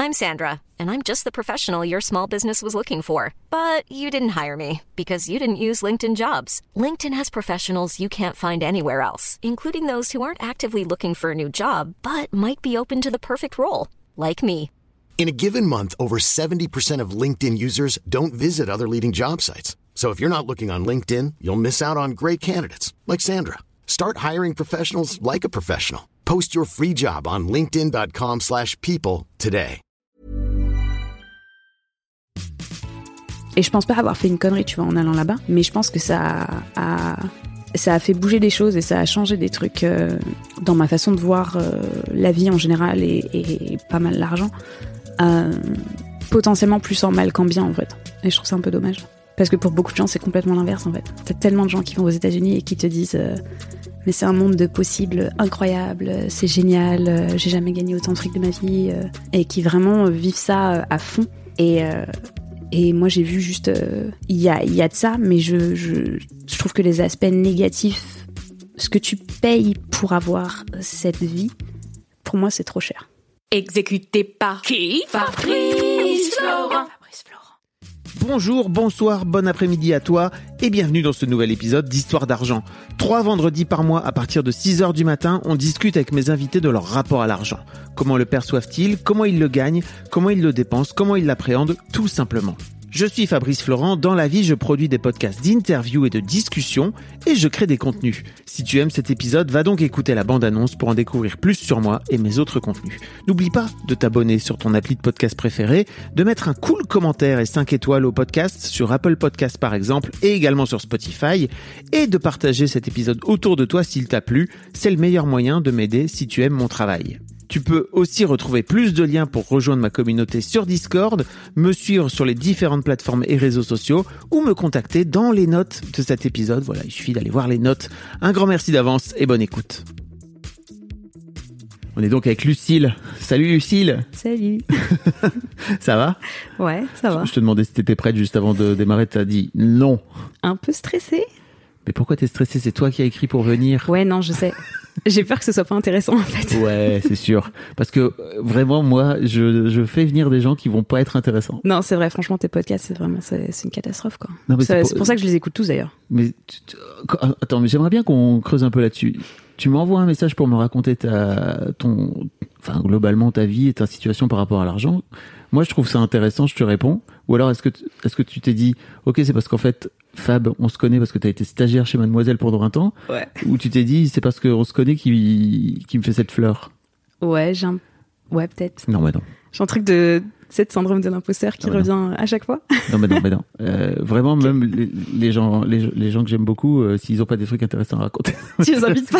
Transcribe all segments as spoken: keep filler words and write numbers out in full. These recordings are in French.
I'm Sandra, and I'm just the professional your small business was looking for. But you didn't hire me because you didn't use LinkedIn Jobs. LinkedIn has professionals you can't find anywhere else, including those who aren't actively looking for a new job, but might be open to the perfect role, like me. In a given month, over seventy percent of LinkedIn users don't visit other leading job sites. So if you're not looking on LinkedIn, you'll miss out on great candidates like Sandra. Start hiring professionals like a professional. Post your free job on linkedin.com slash people today. Et je pense pas avoir fait une connerie, tu vois, en allant là-bas, mais je pense que ça a, ça a fait bouger des choses et ça a changé des trucs euh, dans ma façon de voir euh, la vie en général et, et pas mal l'argent. Euh, potentiellement plus en mal qu'en bien, en fait. Et je trouve ça un peu dommage. Parce que pour beaucoup de gens, c'est complètement l'inverse, en fait. T'as tellement de gens qui vont aux États-Unis et qui te disent euh, mais c'est un monde de possibles incroyable, c'est génial, euh, j'ai jamais gagné autant de fric de ma vie, euh, et qui vraiment euh, vivent ça euh, à fond. Et, euh, et moi, j'ai vu juste... Il euh, y, a, y a de ça, mais je, je, je trouve que les aspects négatifs, ce que tu payes pour avoir cette vie, pour moi, c'est trop cher. Exécuté par qui? Fabrice Florent. Bonjour, bonsoir, bon après-midi à toi et bienvenue dans ce nouvel épisode d'Histoire d'argent. Trois vendredis par mois à partir de six heures du matin, on discute avec mes invités de leur rapport à l'argent. Comment le perçoivent-ils? Comment ils le gagnent? Comment ils le dépensent? Comment ils l'appréhendent? Tout simplement. Je suis Fabrice Florent, dans la vie je produis des podcasts d'interviews et de discussions et je crée des contenus. Si tu aimes cet épisode, va donc écouter la bande-annonce pour en découvrir plus sur moi et mes autres contenus. N'oublie pas de t'abonner sur ton appli de podcast préféré, de mettre un cool commentaire et cinq étoiles au podcast sur Apple Podcasts par exemple et également sur Spotify et de partager cet épisode autour de toi s'il t'a plu, c'est le meilleur moyen de m'aider si tu aimes mon travail. Tu peux aussi retrouver plus de liens pour rejoindre ma communauté sur Discord, me suivre sur les différentes plateformes et réseaux sociaux ou me contacter dans les notes de cet épisode. Voilà, il suffit d'aller voir les notes. Un grand merci d'avance et bonne écoute. On est donc avec Lucille. Salut Lucille. Salut. Ça va? Ouais, ça va. Je te demandais si t'étais prête juste avant de démarrer, t'as dit non. Un peu stressée. Mais pourquoi t'es stressée? C'est toi qui as écrit pour venir. Ouais, non, je sais. J'ai peur que ce soit pas intéressant en fait. Ouais, c'est sûr. Parce que vraiment, moi, je, je fais venir des gens qui vont pas être intéressants. Non, c'est vrai. Franchement, tes podcasts, c'est vraiment, c'est, c'est une catastrophe quoi. Non, mais c'est, c'est, pour... c'est pour ça que je les écoute tous d'ailleurs. Mais tu, tu, attends, mais j'aimerais bien qu'on creuse un peu là-dessus. Tu m'envoies un message pour me raconter ta, ton, enfin globalement ta vie et ta situation par rapport à l'argent. Moi, je trouve ça intéressant. Je te réponds. Ou alors, est-ce que, est-ce que tu t'es dit, ok, c'est parce qu'en fait, Fab, on se connaît parce que t'as été stagiaire chez Mademoiselle pendant un temps. Ouais. Ou tu t'es dit, c'est parce qu'on se connaît qui, qui me fait cette fleur. Ouais, j'ai un, ouais, peut-être. Non, mais non. J'ai un truc de, cette syndrome de l'imposteur qui non, revient non. à chaque fois. Non, mais non, mais non. Euh, vraiment, okay. Même les, les gens, les, les gens que j'aime beaucoup, euh, s'ils ont pas des trucs intéressants à raconter. Tu les invites pas.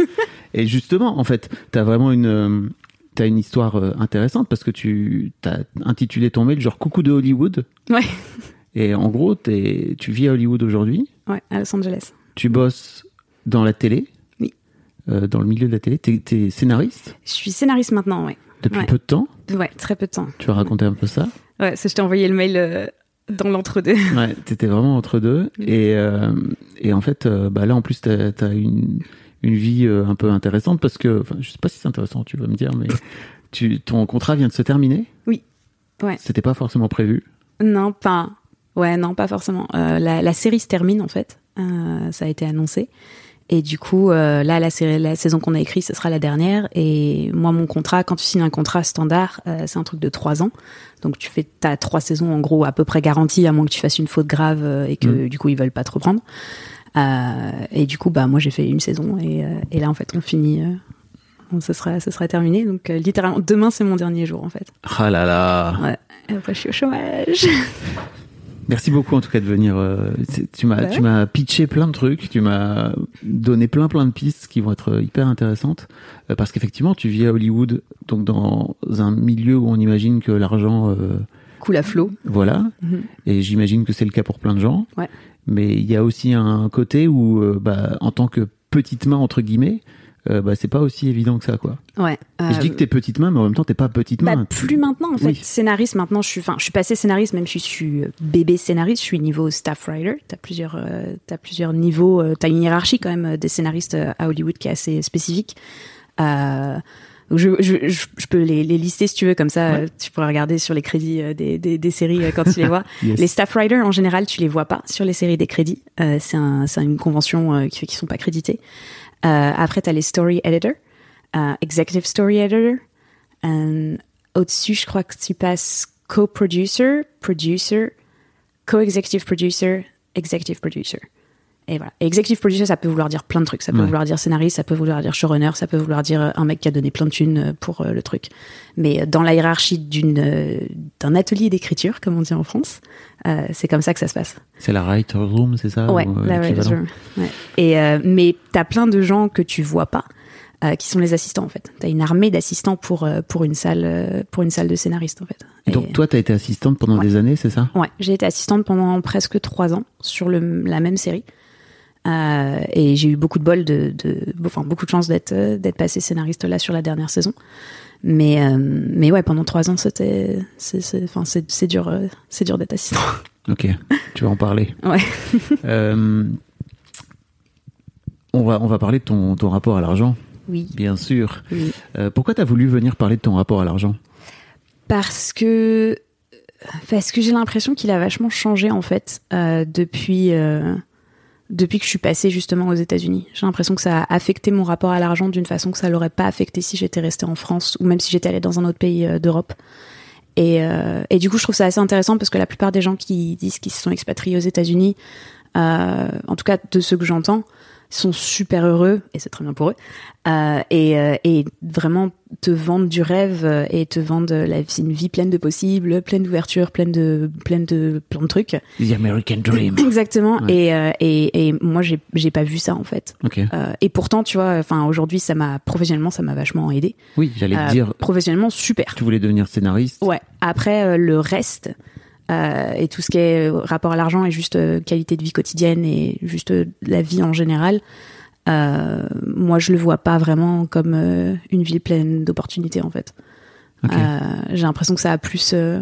Et justement, en fait, t'as vraiment une, euh, t'as une histoire euh, intéressante parce que tu t'as intitulé ton mail genre Coucou de Hollywood. Ouais. Et en gros, t'es, tu vis à Hollywood aujourd'hui. Ouais, à Los Angeles. Tu bosses dans la télé. Oui. Euh, dans le milieu de la télé. T'es, t'es scénariste. Je suis scénariste maintenant, ouais. Depuis ouais. peu de temps. Ouais, très peu de temps. Tu vas raconter un peu ça. Ouais, c'est je t'ai envoyé le mail euh, dans l'entre-deux. Ouais, t'étais vraiment entre deux. Et euh, et en fait, euh, bah là en plus t'as, t'as une une vie euh, un peu intéressante parce que, enfin, je sais pas si c'est intéressant, tu vas me dire, mais tu ton contrat vient de se terminer. Oui. Ouais. C'était pas forcément prévu. Non, pas. Ouais, non, pas forcément. Euh, la, la série se termine en fait. Euh, ça a été annoncé. Et du coup, euh, là, la, série, la saison qu'on a écrite, ce sera la dernière. Et moi, mon contrat, quand tu signes un contrat standard, euh, c'est un truc de trois ans. Donc, tu fais t'as trois saisons en gros à peu près garanties, à moins que tu fasses une faute grave euh, et que mmh. du coup ils veulent pas te reprendre. Euh, et du coup, bah moi, j'ai fait une saison et, euh, et là, en fait, on finit. Euh, ce sera, ce sera terminé. Donc, euh, littéralement, demain, c'est mon dernier jour en fait. Ah là là. Ouais. Et après, je suis au chômage. Merci beaucoup en tout cas de venir. Euh, tu m'as, ouais. tu m'as pitché plein de trucs, tu m'as donné plein plein de pistes qui vont être hyper intéressantes euh, parce qu'effectivement tu vis à Hollywood, donc dans un milieu où on imagine que l'argent euh, coule à flot. Voilà, mm-hmm. Et j'imagine que c'est le cas pour plein de gens. Ouais. Mais il y a aussi un côté où, euh, bah, en tant que petite main entre guillemets. Euh, bah, c'est pas aussi évident que ça, quoi. Ouais. Euh... Et je dis que t'es petite main, mais en même temps, t'es pas petite main. Bah, plus maintenant, en fait. Oui. Scénariste, maintenant, je suis, enfin, je suis passée scénariste, même si je suis bébé scénariste, je suis niveau staff writer. T'as plusieurs, euh, t'as plusieurs niveaux, euh, t'as une hiérarchie, quand même, des scénaristes à Hollywood qui est assez spécifique. Euh, Donc je, je, je, je peux les, les lister si tu veux, comme ça ouais. tu pourras regarder sur les crédits euh, des, des, des séries euh, quand tu les vois. Yes. Les staff writers en général tu les vois pas sur les séries des crédits, euh, c'est, un, c'est une convention euh, qui fait qu'ils sont pas crédités. Euh, après t'as les story editors, euh, executive story editor, euh, au-dessus je crois que tu passes co-producer, producer, co-executive producer, executive producer. Et voilà. Et executive producer, ça peut vouloir dire plein de trucs. Ça peut ouais. vouloir dire scénariste, ça peut vouloir dire showrunner, ça peut vouloir dire un mec qui a donné plein de thunes pour euh, le truc. Mais dans la hiérarchie d'une, euh, d'un atelier d'écriture, comme on dit en France, euh, c'est comme ça que ça se passe. C'est la writer room, c'est ça? Ouais, ou, euh, la writer room. Ouais. Et, euh, mais t'as plein de gens que tu vois pas, euh, qui sont les assistants, en fait. T'as une armée d'assistants pour, euh, pour une salle, euh, pour une salle de scénaristes, en fait. Et donc, toi, t'as été assistante pendant ouais. des années, c'est ça? Ouais, j'ai été assistante pendant presque trois ans sur le, la même série. Euh, et j'ai eu beaucoup de bol, de, de, enfin beaucoup de chance d'être d'être passée scénariste là sur la dernière saison. Mais euh, mais ouais, pendant trois ans, c'était, c'est, c'est, enfin c'est, c'est dur, euh, c'est dur d'être assistant. Ok, tu vas en parler. Ouais. euh, on va on va parler de ton ton rapport à l'argent. Oui. Bien sûr. Oui. Euh, pourquoi t'as voulu venir parler de ton rapport à l'argent? Parce que parce que j'ai l'impression qu'il a vachement changé en fait euh, depuis. Euh, Depuis que je suis passée justement aux États-Unis. J'ai l'impression que ça a affecté mon rapport à l'argent d'une façon que ça l'aurait pas affecté si j'étais restée en France ou même si j'étais allée dans un autre pays euh, d'Europe. Et, euh, et du coup, je trouve ça assez intéressant parce que la plupart des gens qui disent qu'ils se sont expatriés aux États-Unis, euh, en tout cas de ceux que j'entends, sont super heureux, et c'est très bien pour eux, euh, et, euh, et vraiment te vendent du rêve et te vendent la, une vie pleine de possibles, pleine d'ouverture, pleine de, pleine de plein de trucs. The American Dream. Exactement. Ouais. Et, euh, et, et moi, j'ai, j'ai pas vu ça, en fait. Ok. Euh, et pourtant, tu vois, enfin, aujourd'hui, ça m'a, professionnellement, ça m'a vachement aidé. Oui, j'allais te Euh, dire, Professionnellement, super. tu voulais devenir scénariste. Ouais. Après, euh, le reste, euh, et tout ce qui est euh, rapport à l'argent et juste euh, qualité de vie quotidienne et juste euh, la vie en général, euh, moi, je le vois pas vraiment comme euh, une ville pleine d'opportunités, en fait. Ok. Euh, j'ai l'impression que ça a plus... euh,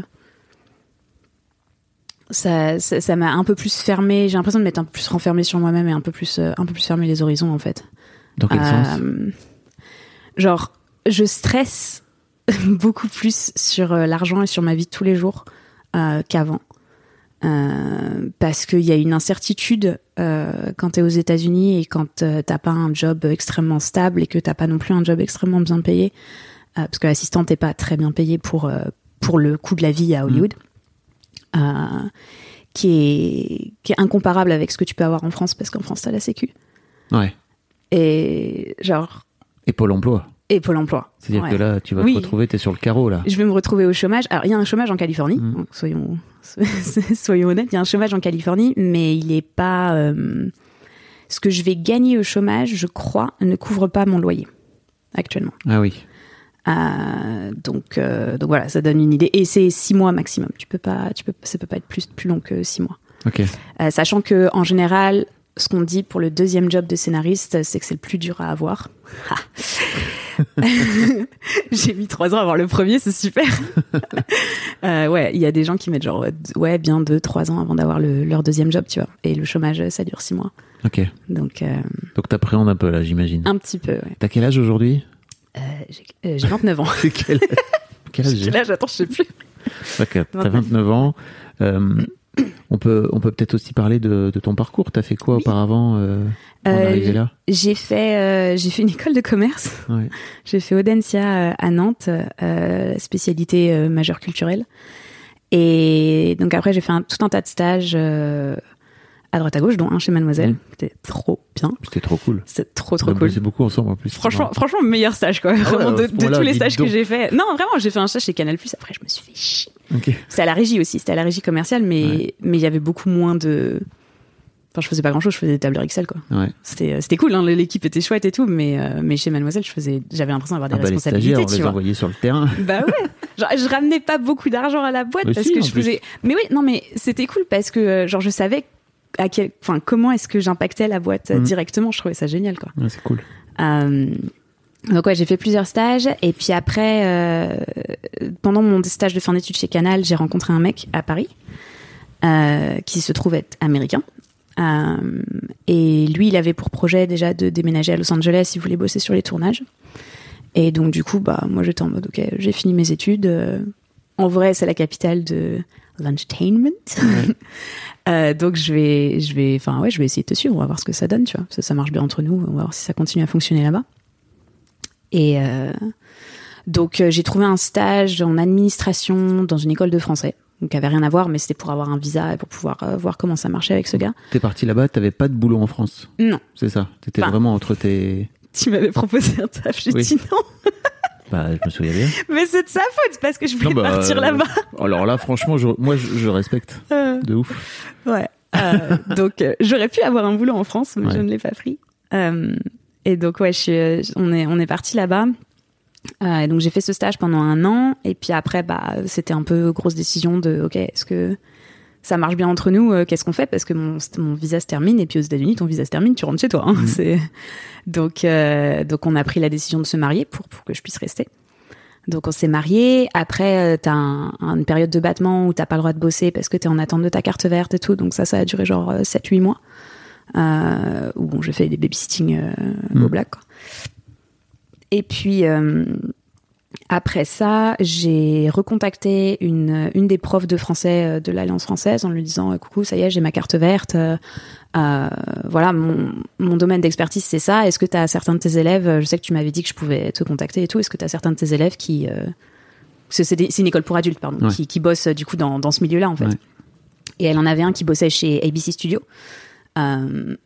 ça, ça, ça m'a un peu plus fermé. J'ai l'impression de m'être un peu plus renfermée sur moi-même et un peu plus, euh, un peu plus fermé les horizons, en fait. Dans quel Euh, sens? Genre, je stresse beaucoup plus sur euh, l'argent et sur ma vie de tous les jours euh, qu'avant. Euh, parce qu'il y a une incertitude euh, quand t'es aux États-Unis et quand euh, t'as pas un job extrêmement stable et que t'as pas non plus un job extrêmement bien payé, euh, parce que l'assistante est pas très bien payée pour euh, pour le coût de la vie à Hollywood, mmh. euh, qui est qui est incomparable avec ce que tu peux avoir en France, parce qu'en France t'as la Sécu. Ouais. Et genre Et Pôle emploi. et Pôle emploi. C'est-à-dire Ouais. que là, tu vas Oui. te retrouver, t'es sur le carreau, là. Je vais me retrouver au chômage. Alors, il y a un chômage en Californie, Mmh. donc soyons, soyons honnêtes, il y a un chômage en Californie, mais il est pas... euh, ce que je vais gagner au chômage, je crois, ne couvre pas mon loyer, actuellement. Ah oui. Euh, donc, euh, donc voilà, ça donne une idée. Et c'est six mois maximum. Tu peux pas, tu peux, ça peut pas être plus, plus long que six mois. Ok. Euh, sachant que, en général, ce qu'on dit pour le deuxième job de scénariste, c'est que c'est le plus dur à avoir. J'ai mis trois ans à avoir le premier, c'est super. euh, ouais, il y a des gens qui mettent genre ouais bien deux, trois ans avant d'avoir le, leur deuxième job, tu vois. Et le chômage, ça dure six mois. Ok. Donc euh, Donc t'appréhendes un peu, là, j'imagine. un petit peu. Ouais. T'as quel âge aujourd'hui? Euh, j'ai, euh, j'ai vingt-neuf ans. C'est quel... quel âge j'ai? Là, j'attends, je sais plus. Ok, t'as vingt-neuf ans. Euh, on peut, on peut peut-être aussi parler de, de ton parcours. T'as fait quoi Oui. auparavant euh, pour en Euh, arriver là? J'ai fait, euh, j'ai fait une école de commerce. Ouais. J'ai fait Audencia euh, à Nantes, euh, spécialité euh, majeure culturelle. Et donc après, j'ai fait un, tout un tas de stages euh, à droite à gauche, dont un chez Mademoiselle. Mmh. C'était trop bien. C'était trop cool. C'était trop trop On a cool. bossé beaucoup ensemble en plus. Franchement, franchement, meilleur stage quoi. Vraiment, ouais, de, à ce de moment-là, tous les dis stages donc. que j'ai fait. Non, vraiment, j'ai fait un stage chez Canal+. Après, je me suis fait chier. Ok. C'était à la régie aussi. C'était à la régie commerciale, mais Ouais. mais il y avait beaucoup moins de. Enfin, je faisais pas grand chose. Je faisais des tableurs Excel quoi. Ouais. C'était c'était cool. Hein, l'équipe était chouette et tout, mais euh, mais chez Mademoiselle, je faisais. J'avais l'impression d'avoir des Ah bah, les responsabilités. stagiaires, on tu les vois. envoyait sur le terrain. Bah ouais. Genre, je ramenais pas beaucoup d'argent à la boîte Mais parce si, que en je plus. faisais. Mais oui, non, mais c'était cool parce que euh, genre je savais à quel, enfin comment est-ce que j'impactais la boîte euh, Mhm. directement. Je trouvais ça génial quoi. Ouais, c'est cool. Euh, donc ouais, j'ai fait plusieurs stages et puis après, euh, pendant mon stage de fin d'études chez Canal, j'ai rencontré un mec à Paris euh, qui se trouve être américain. Euh, et lui, il avait pour projet déjà de déménager à Los Angeles. Il voulait bosser sur les tournages. Et donc du coup, bah moi j'étais en mode ok, j'ai fini mes études. Euh, en vrai, c'est la capitale de l'entertainment. Ouais. euh, donc je vais, je vais, enfin ouais, je vais essayer de te suivre. On va voir ce que ça donne, tu vois. Ça, ça marche bien entre nous. On va voir si ça continue à fonctionner là-bas. Et euh, donc euh, j'ai trouvé un stage en administration dans une école de français. Donc, qui avait rien à voir, mais c'était pour avoir un visa et pour pouvoir euh, voir comment ça marchait avec ce gars. T'es parti là-bas, t'avais pas de boulot en France. Non. C'est ça. T'étais enfin, vraiment entre tes. Tu m'avais proposé un taf, j'ai oui. dit non. Bah, je me souviens bien. Mais c'est de sa faute, parce que je voulais non, bah, partir euh, là-bas. Alors là, franchement, je, moi, je, je respecte. Euh, de ouf. Ouais. Euh, donc, euh, j'aurais pu avoir un boulot en France, mais ouais. je ne l'ai pas pris. Euh, et donc, ouais, je suis, on est, on est parti là-bas. Euh, et donc j'ai fait ce stage pendant un an et puis après bah c'était un peu grosse décision de ok, est-ce que ça marche bien entre nous, euh, qu'est-ce qu'on fait, parce que mon mon visa se termine et puis aux États-Unis ton visa se termine, tu rentres chez toi hein, mmh. c'est donc euh, donc on a pris la décision de se marier pour pour que je puisse rester. Donc on s'est mariés. Après euh, t'as un, un, une période de battement où t'as pas le droit de bosser parce que t'es en attente de ta carte verte et tout, donc ça ça a duré genre sept huit mois euh, où bon j'ai fait des babysitting euh, mmh. au black quoi. Et puis, euh, après ça, j'ai recontacté une, une des profs de français de l'Alliance française en lui disant « Coucou, ça y est, j'ai ma carte verte. Euh, voilà, mon, mon domaine d'expertise, c'est ça. Est-ce que tu as certains de tes élèves, je sais que tu m'avais dit que je pouvais te contacter et tout, est-ce que tu as certains de tes élèves qui... Euh, c'est, des, c'est une école pour adultes, pardon, ouais. qui, qui bossent du coup dans, dans ce milieu-là, en fait. Ouais. Et elle en avait un qui bossait chez A B C Studios. Euh,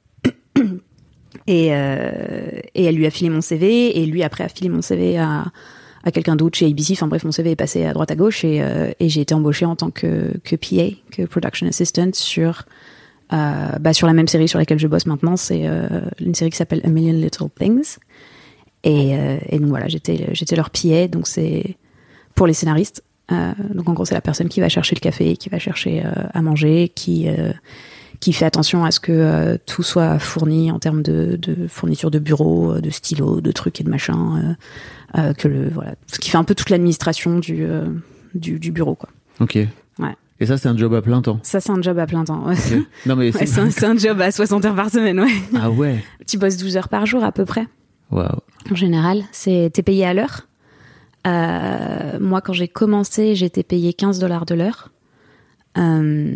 Et, euh, et elle lui a filé mon C V et lui après a filé mon C V à, à quelqu'un d'autre chez A B C. Enfin bref, mon C V est passé à droite à gauche et, euh, et j'ai été embauchée en tant que, que P A, que Production Assistant sur, euh, bah, sur la même série sur laquelle je bosse maintenant. C'est euh, une série qui s'appelle A Million Little Things. Et, euh, et donc voilà, j'étais, j'étais leur P A, donc c'est pour les scénaristes. Euh, donc en gros, c'est la personne qui va chercher le café, qui va chercher euh, à manger, qui... Euh, qui fait attention à ce que euh, tout soit fourni en termes de, de fourniture de bureau, de stylos, de trucs et de machins, euh, euh, que le voilà, ce qui fait un peu toute l'administration du euh, du, du bureau quoi. Ok. Ouais. Et ça c'est un job à plein temps. Ça c'est un job à plein temps. Ouais. Okay. Non mais c'est... Ouais, c'est, un, c'est un job à soixante heures par semaine, ouais. Ah ouais. Tu bosses douze heures par jour à peu près. Waouh. En général, c'est t'es payé à l'heure. Euh, moi quand j'ai commencé, j'étais payé quinze dollars de l'heure. Euh,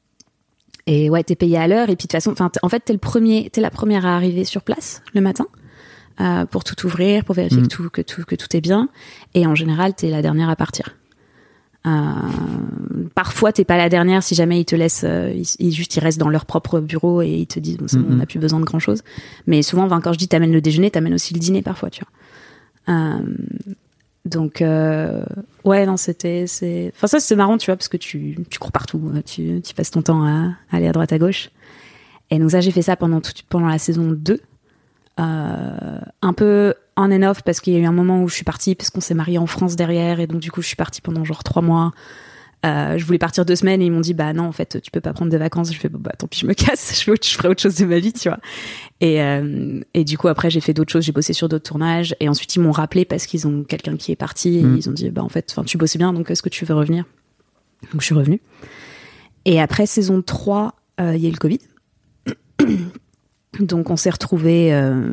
Et ouais, t'es payé à l'heure. Et puis de toute façon, enfin, en fait, t'es le premier, t'es la première à arriver sur place le matin euh, pour tout ouvrir, pour vérifier mmh. que tout, que tout, que tout est bien. Et en général, t'es la dernière à partir. Euh, parfois, t'es pas la dernière si jamais ils te laissent, euh, ils, ils juste ils restent dans leur propre bureau et ils te disent bon, c'est bon, mmh. on n'a plus besoin de grand chose. Mais souvent, enfin, quand je dis t'amènes le déjeuner, t'amènes aussi le dîner parfois, tu vois. Euh, Donc euh, ouais non c'était c'est enfin ça c'est marrant tu vois parce que tu tu cours partout, tu tu passes ton temps à, à aller à droite à gauche. Et donc ça j'ai fait ça pendant tout, pendant la saison deux. Euh, un peu on and off parce qu'il y a eu un moment où je suis partie parce qu'on s'est mariés en France derrière et donc du coup je suis partie pendant genre trois mois. Euh, je voulais partir deux semaines et ils m'ont dit bah non en fait tu peux pas prendre de vacances. Je fais bah tant pis je me casse, je, fais autre, je ferai autre chose de ma vie tu vois. Et euh, et du coup après j'ai fait d'autres choses, j'ai bossé sur d'autres tournages et ensuite ils m'ont rappelé parce qu'ils ont quelqu'un qui est parti et mmh. ils ont dit bah en fait enfin tu bossais bien donc est-ce que tu veux revenir. Donc je suis revenue. Et après saison trois il euh, y a eu le Covid. Donc on s'est retrouvés euh...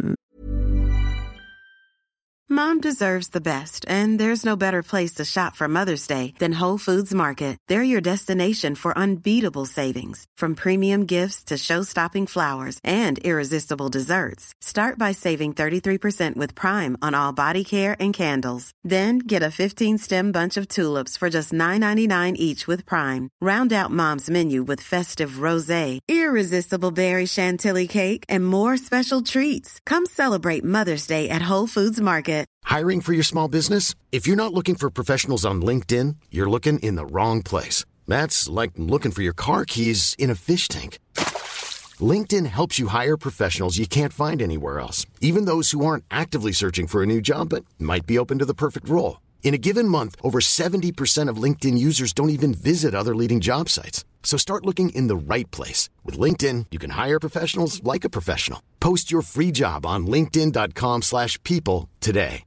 Mom deserves the best, and there's no better place to shop for Mother's Day than Whole Foods Market. They're your destination for unbeatable savings, from premium gifts to show-stopping flowers and irresistible desserts. Start by saving thirty-three percent with Prime on all body care and candles. Then get a fifteen-stem bunch of tulips for just nine ninety-nine each with Prime. Round out Mom's menu with festive rosé, irresistible berry chantilly cake, and more special treats. Come celebrate Mother's Day at Whole Foods Market. Hiring for your small business? If you're not looking for professionals on LinkedIn, you're looking in the wrong place. That's like looking for your car keys in a fish tank. LinkedIn helps you hire professionals you can't find anywhere else, even those who aren't actively searching for a new job but might be open to the perfect role. In a given month, over seventy percent of LinkedIn users don't even visit other leading job sites. So start looking in the right place. With LinkedIn, you can hire professionals like a professional. Post your free job on linkedin dot com slash people today.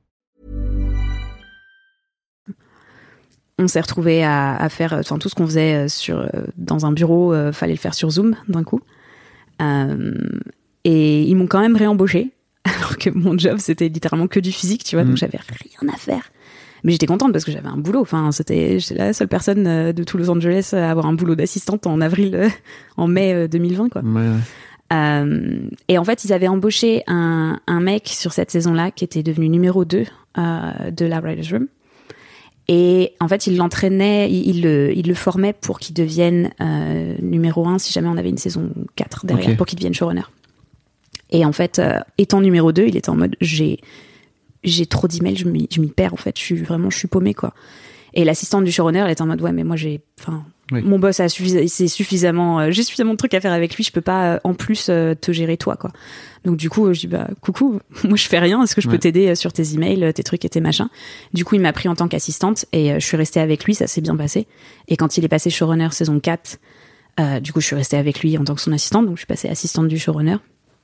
On s'est retrouvés à, à faire enfin, tout ce qu'on faisait sur, dans un bureau, euh, fallait le faire sur Zoom d'un coup. Euh, et ils m'ont quand même réembauché. alors que mon job c'était littéralement que du physique, tu vois, mmh. donc j'avais rien à faire. Mais j'étais contente parce que j'avais un boulot. Enfin, c'était j'étais la seule personne de tout Los Angeles à avoir un boulot d'assistante en avril, euh, en mai deux mille vingt, quoi. Ouais, ouais. Euh, et en fait, ils avaient embauché un, un mec sur cette saison-là qui était devenu numéro deux euh, de la Writers' Room. Et en fait, il l'entraînait, il, il, le, il le formait pour qu'il devienne euh, numéro un si jamais on avait une saison quatre derrière, okay. pour qu'il devienne showrunner. Et en fait, euh, étant numéro deux, il était en mode j'ai j'ai trop d'emails, je m'y, je m'y perds en fait, je suis vraiment je suis paumée quoi. Et l'assistante du showrunner, elle était en mode ouais mais moi j'ai enfin oui. mon boss a suffisamment c'est suffisamment euh, j'ai suffisamment de trucs à faire avec lui, je peux pas euh, en plus euh, te gérer toi quoi. Donc du coup, je dis bah coucou, moi je fais rien, est-ce que je peux ouais. t'aider sur tes emails, tes trucs et tes machins. Du coup, il m'a pris en tant qu'assistante et euh, je suis restée avec lui, ça s'est bien passé. Et quand il est passé showrunner saison quatre, euh, du coup, je suis restée avec lui en tant que son assistante, donc je suis passée assistante du showrunner.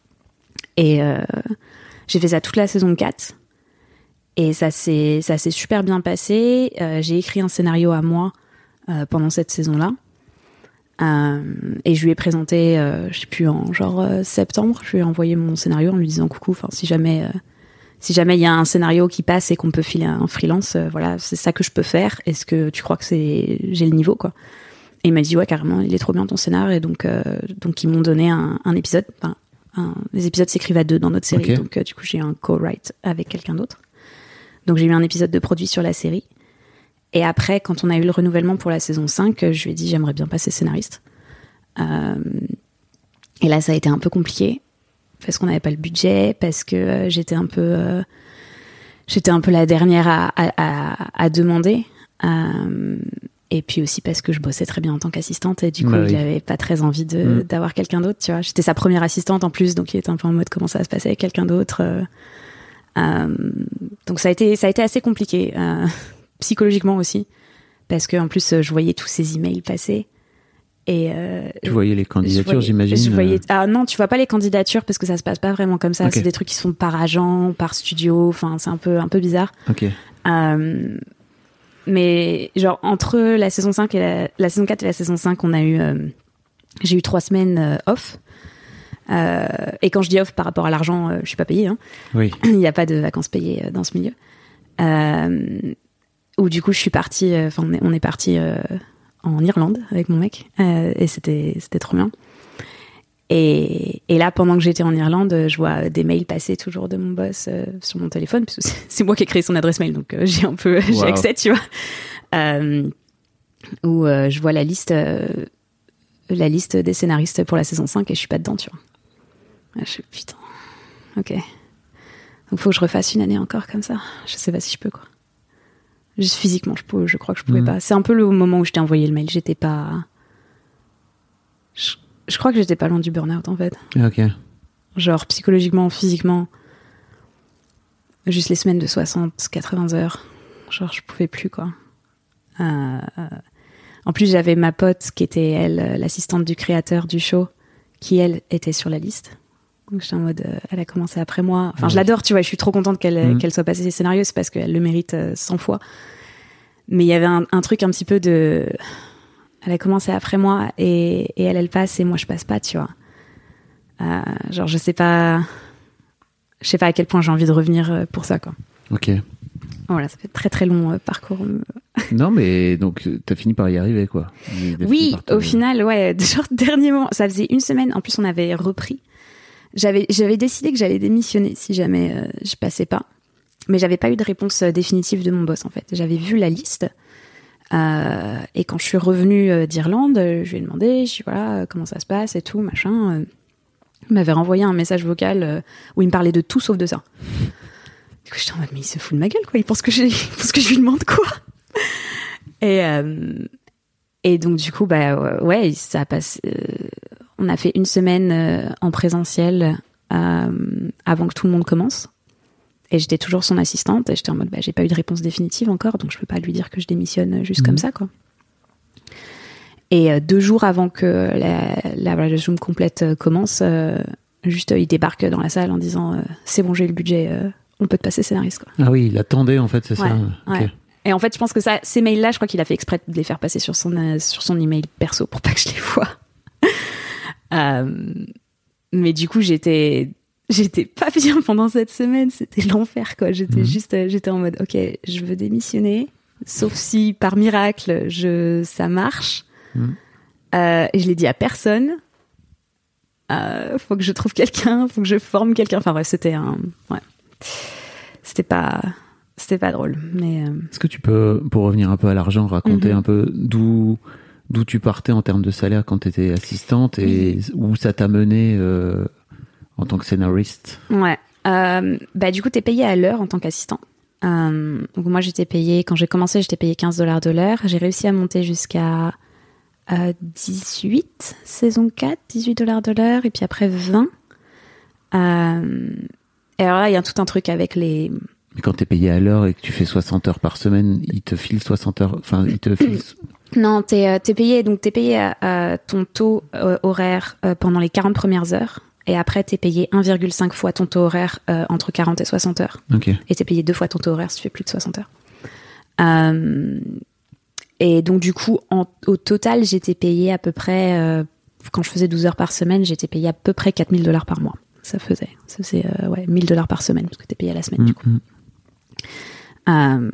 Et euh, j'ai fait ça toute la saison quatre. Et ça s'est, ça s'est super bien passé. Euh, j'ai écrit un scénario à moi euh, pendant cette saison-là. Euh, et je lui ai présenté, euh, je sais plus, en genre euh, septembre, je lui ai envoyé mon scénario en lui disant coucou, enfin si jamais, euh, si jamais il y a un scénario qui passe et qu'on peut filer un freelance, euh, voilà, c'est ça que je peux faire. Est-ce que tu crois que c'est, j'ai le niveau quoi? Et il m'a dit ouais carrément, il est trop bien ton scénar. Et donc, euh, donc ils m'ont donné un, un épisode. Enfin, un, les épisodes s'écrivent à deux dans notre série, okay. donc euh, du coup j'ai un co-write avec quelqu'un d'autre. Donc j'ai eu un épisode de produit sur la série. Et après, quand on a eu le renouvellement pour la saison cinq, je lui ai dit j'aimerais bien passer scénariste. Euh, et là, ça a été un peu compliqué parce qu'on n'avait pas le budget, parce que euh, j'étais un peu, euh, j'étais un peu la dernière à, à, à, à demander. Euh, et puis aussi parce que je bossais très bien en tant qu'assistante et du coup, bah oui. il n'avait pas très envie de, mmh. d'avoir quelqu'un d'autre. Tu vois, j'étais sa première assistante en plus, donc il était un peu en mode comment ça va se passer avec quelqu'un d'autre. Euh, euh, donc ça a été, ça a été assez compliqué. Euh, psychologiquement aussi, parce que en plus je voyais tous ces emails passer et euh, tu voyais les candidatures, voyais, j'imagine. Je voyais, ah non, tu vois pas les candidatures parce que ça se passe pas vraiment comme ça. Okay. C'est des trucs qui se font par agent, par studio. Enfin, c'est un peu un peu bizarre. Ok. Euh, mais genre entre la saison cinq et la, la saison quatre et la saison cinq, on a eu, euh, j'ai eu trois semaines euh, off. Euh, et quand je dis off par rapport à l'argent, euh, je suis pas payée. Hein. Oui. Il n'y a pas de vacances payées euh, dans ce milieu. Euh, où du coup je suis partie, enfin euh, on est, on est parti euh, en Irlande avec mon mec euh, et c'était c'était trop bien. Et, et là pendant que j'étais en Irlande, je vois des mails passer toujours de mon boss euh, sur mon téléphone parce que c'est, c'est moi qui ai créé son adresse mail, donc euh, j'ai un peu wow. j'ai accès, tu vois. Euh, où euh, je vois la liste euh, la liste des scénaristes pour la saison cinq et je suis pas dedans, tu vois. Je suis putain. Ok. Donc faut que je refasse une année encore comme ça. Je sais pas si je peux quoi. Juste physiquement, je, peux, je crois que je pouvais mmh. pas. C'est un peu le moment où je t'ai envoyé le mail. J'étais pas. Je, je crois que j'étais pas loin du burn-out en fait. Ok. Genre psychologiquement, physiquement. Juste les semaines de soixante, quatre-vingts heures. Genre je pouvais plus quoi. Euh, en plus, j'avais ma pote qui était elle, l'assistante du créateur du show, qui elle était sur la liste. Donc j'étais en mode, euh, elle a commencé après moi. Enfin, ouais. je l'adore, tu vois, je suis trop contente qu'elle, mmh. qu'elle soit passée ses scénarios, c'est parce qu'elle le mérite euh, cent fois. Mais il y avait un, un truc un petit peu de... Elle a commencé après moi et, et elle, elle passe et moi, je passe pas, tu vois. Euh, genre, je sais pas... Je sais pas à quel point j'ai envie de revenir pour ça, quoi. Ok. Voilà, ça fait très très long euh, parcours. Non, mais donc, t'as fini par y arriver, quoi. Oui, au final, ouais. Genre, dernier moment, ça faisait une semaine, en plus, on avait repris. J'avais, j'avais décidé que j'allais démissionner si jamais euh, je passais pas. Mais j'avais pas eu de réponse euh, définitive de mon boss, en fait. J'avais vu la liste. Euh, et quand je suis revenue euh, d'Irlande, euh, je lui ai demandé, je dis voilà, euh, comment ça se passe et tout, machin. Euh, il m'avait renvoyé un message vocal euh, où il me parlait de tout sauf de ça. Du coup, j'étais en mode, mais il se fout de ma gueule, quoi. Il pense que, j'ai, il pense que je lui demande quoi. Et, euh, et donc, du coup, bah, ouais, ça passe. Euh, on a fait une semaine euh, en présentiel euh, avant que tout le monde commence. Et j'étais toujours son assistante. Et j'étais en mode, bah, j'ai pas eu de réponse définitive encore, donc je peux pas lui dire que je démissionne juste mmh. comme ça, quoi. Et euh, deux jours avant que la, la Writers' Room complète euh, commence, euh, juste, euh, il débarque dans la salle en disant, euh, c'est bon, j'ai eu le budget. Euh, on peut te passer scénariste, quoi. Ah oui, il attendait en fait, c'est ouais, ça. Ouais. Okay. Et en fait, je pense que ça, ces mails-là, je crois qu'il a fait exprès de les faire passer sur son euh, sur son email perso pour pas que je les voie. euh, mais du coup, j'étais j'étais pas bien pendant cette semaine, c'était l'enfer quoi. J'étais mmh. juste, euh, j'étais en mode, ok, je veux démissionner, sauf si par miracle je ça marche. Mmh. Euh, et je l'ai dit à personne. Euh, faut que je trouve quelqu'un, faut que je forme quelqu'un. Enfin bref, c'était un, ouais, c'était pas, c'était pas drôle. Mais euh... est-ce que tu peux, pour revenir un peu à l'argent, raconter mmh. un peu d'où d'où tu partais en termes de salaire quand tu étais assistante et mmh. où ça t'a mené euh, en tant que scénariste? Ouais. Euh, bah du coup, t'es payé à l'heure en tant qu'assistant. Euh, donc moi, j'étais payée quand j'ai commencé, j'étais payée quinze dollars de l'heure. J'ai réussi à monter jusqu'à Euh, dix-huit, saison quatre, dix-huit dollars de l'heure, et puis après vingt. Euh, et alors là, il y a tout un truc avec les... Mais quand t'es payé à l'heure et que tu fais soixante heures par semaine, ils te filent soixante heures, enfin, ils te filent... Non, t'es, euh, t'es payé, donc t'es payé à, à ton taux euh, horaire euh, pendant les quarante premières heures, et après t'es payé un virgule cinq fois ton taux horaire euh, entre quarante et soixante heures. Ok. Et t'es payé deux fois ton taux horaire si tu fais plus de soixante heures. Euh... Et donc, du coup, en, au total, j'étais payée à peu près, euh, quand je faisais douze heures par semaine, j'étais payée à peu près quatre mille dollars par mois. Ça faisait, ça faisait euh, ouais, mille dollars par semaine, parce que t'es payée à la semaine, mmh, du coup. Euh,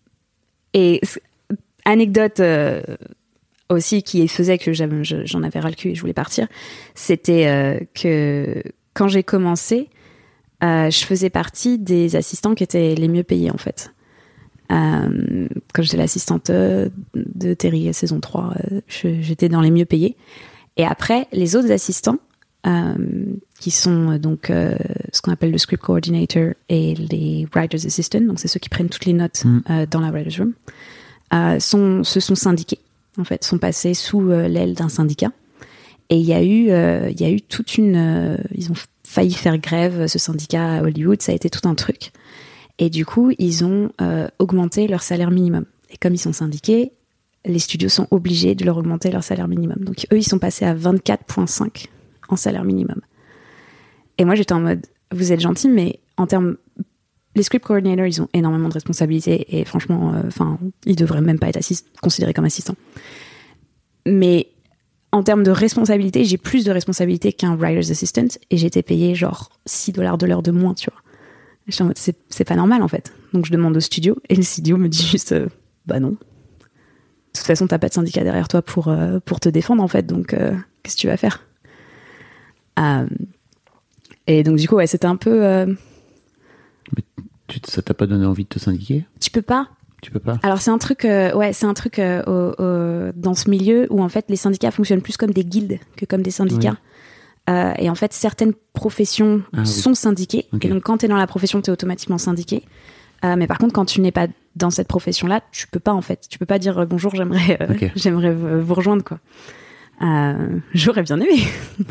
et anecdote euh, aussi qui faisait que j'en avais ras le cul et je voulais partir, c'était euh, que quand j'ai commencé, euh, je faisais partie des assistants qui étaient les mieux payés, en fait. Euh, quand j'étais l'assistante de Terry saison trois, euh, je, j'étais dans les mieux payés. Et après, les autres assistants, euh, qui sont euh, donc euh, ce qu'on appelle le script coordinator et les writer's assistant, donc c'est ceux qui prennent toutes les notes mmh. euh, dans la writer's room, euh, sont, se sont syndiqués, en fait, sont passés sous euh, l'aile d'un syndicat. Et il y a eu, euh, il y a eu toute une, euh, ils ont failli faire grève, ce syndicat à Hollywood, ça a été tout un truc. Et du coup, ils ont euh, augmenté leur salaire minimum. Et comme ils sont syndiqués, les studios sont obligés de leur augmenter leur salaire minimum. Donc eux, ils sont passés à vingt-quatre virgule cinq en salaire minimum. Et moi, j'étais en mode, vous êtes gentils, mais en termes... Les script coordinators, ils ont énormément de responsabilités. Et franchement, enfin, euh, ils devraient même pas être assist- considérés comme assistants. Mais en termes de responsabilité, j'ai plus de responsabilités qu'un writer's assistant. Et j'étais payée genre six dollars de l'heure de moins, tu vois. En mode, c'est, c'est pas normal en fait. Donc je demande au studio et le studio me dit juste euh, bah non. De toute façon, t'as pas de syndicat derrière toi pour, euh, pour te défendre en fait. Donc euh, qu'est-ce que tu vas faire? euh, Et donc du coup, ouais, c'était un peu. Euh... Mais tu, ça t'a pas donné envie de te syndiquer? Tu peux pas. Tu peux pas. Alors c'est un truc, euh, ouais, c'est un truc euh, au, au, dans ce milieu où en fait les syndicats fonctionnent plus comme des guildes que comme des syndicats. Oui. Euh, et en fait, certaines professions ah, sont oui. syndiquées. Okay. Et donc, quand tu es dans la profession, tu es automatiquement syndiqué. Euh, mais par contre, quand tu n'es pas dans cette profession-là, tu peux pas, en fait. Tu peux pas dire bonjour, j'aimerais, euh, okay. j'aimerais vous rejoindre, quoi. Euh, j'aurais bien aimé.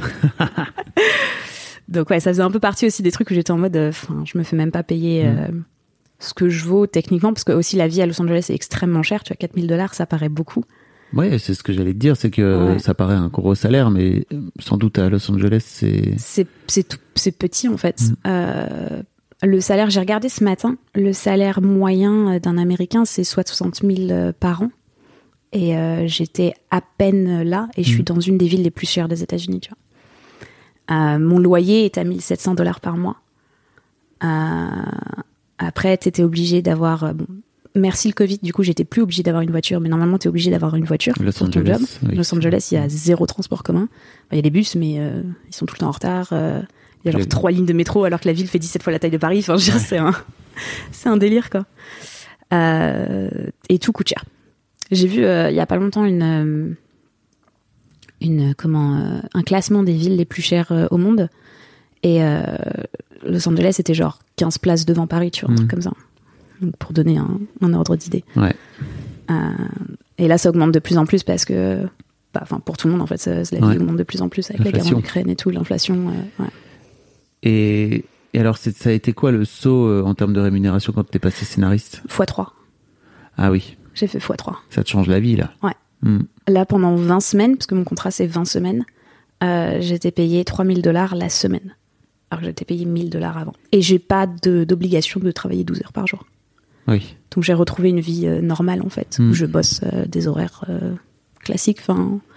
Donc, ouais, ça faisait un peu partie aussi des trucs où j'étais en mode, enfin, euh, je me fais même pas payer euh, mmh. ce que je vaux techniquement, parce que aussi la vie à Los Angeles est extrêmement chère. Tu vois, quatre mille dollars, ça paraît beaucoup. Ouais, c'est ce que j'allais te dire, c'est que ouais. ça paraît un gros salaire, mais sans doute à Los Angeles, c'est... C'est, c'est, tout, c'est petit, en fait. Mm. Euh, le salaire, j'ai regardé ce matin, le salaire moyen d'un Américain, c'est soixante mille par an. Et euh, j'étais à peine là, et je mm. suis dans une des villes les plus chères des États-Unis, tu vois. Euh, mon loyer est à mille sept cents dollars par mois. Euh, après, t'étais obligé d'avoir... Bon, merci le Covid, du coup, j'étais plus obligée d'avoir une voiture, mais normalement, t'es obligé d'avoir une voiture Los pour Angeles, ton job. Oui. Los Angeles, il y a zéro transport commun. Il y a des bus, mais euh, ils sont tout le temps en retard. Euh, il y a genre trois lignes de métro, alors que la ville fait dix-sept fois la taille de Paris. Enfin, je veux dire, c'est un, c'est un délire, quoi. Euh, et tout coûte cher. J'ai vu, euh, il y a pas longtemps, une, une, comment, euh, un classement des villes les plus chères euh, au monde. Et euh, Los Angeles, c'était genre quinze places devant Paris, tu vois, un mmh. truc comme ça. Donc pour donner un, un ordre d'idée. Ouais. Euh, et là, ça augmente de plus en plus parce que, bah, enfin, pour tout le monde, en fait, ça, la vie ouais. augmente de plus en plus avec l'inflation. La guerre en Ukraine et tout, l'inflation. Euh, ouais. Et, et alors, c'est, ça a été quoi le saut euh, en termes de rémunération quand t'es passé scénariste? fois trois. Ah oui. J'ai fait fois trois. Ça te change la vie, là. Ouais. Mm. Là, pendant vingt semaines, parce que mon contrat, c'est vingt semaines, euh, j'étais payée trois mille dollars la semaine. Alors que j'étais payée mille dollars avant. Et j'ai pas de, d'obligation de travailler douze heures par jour. Oui. Donc j'ai retrouvé une vie euh, normale en fait, mmh. où je bosse euh, des horaires euh, classiques. Enfin,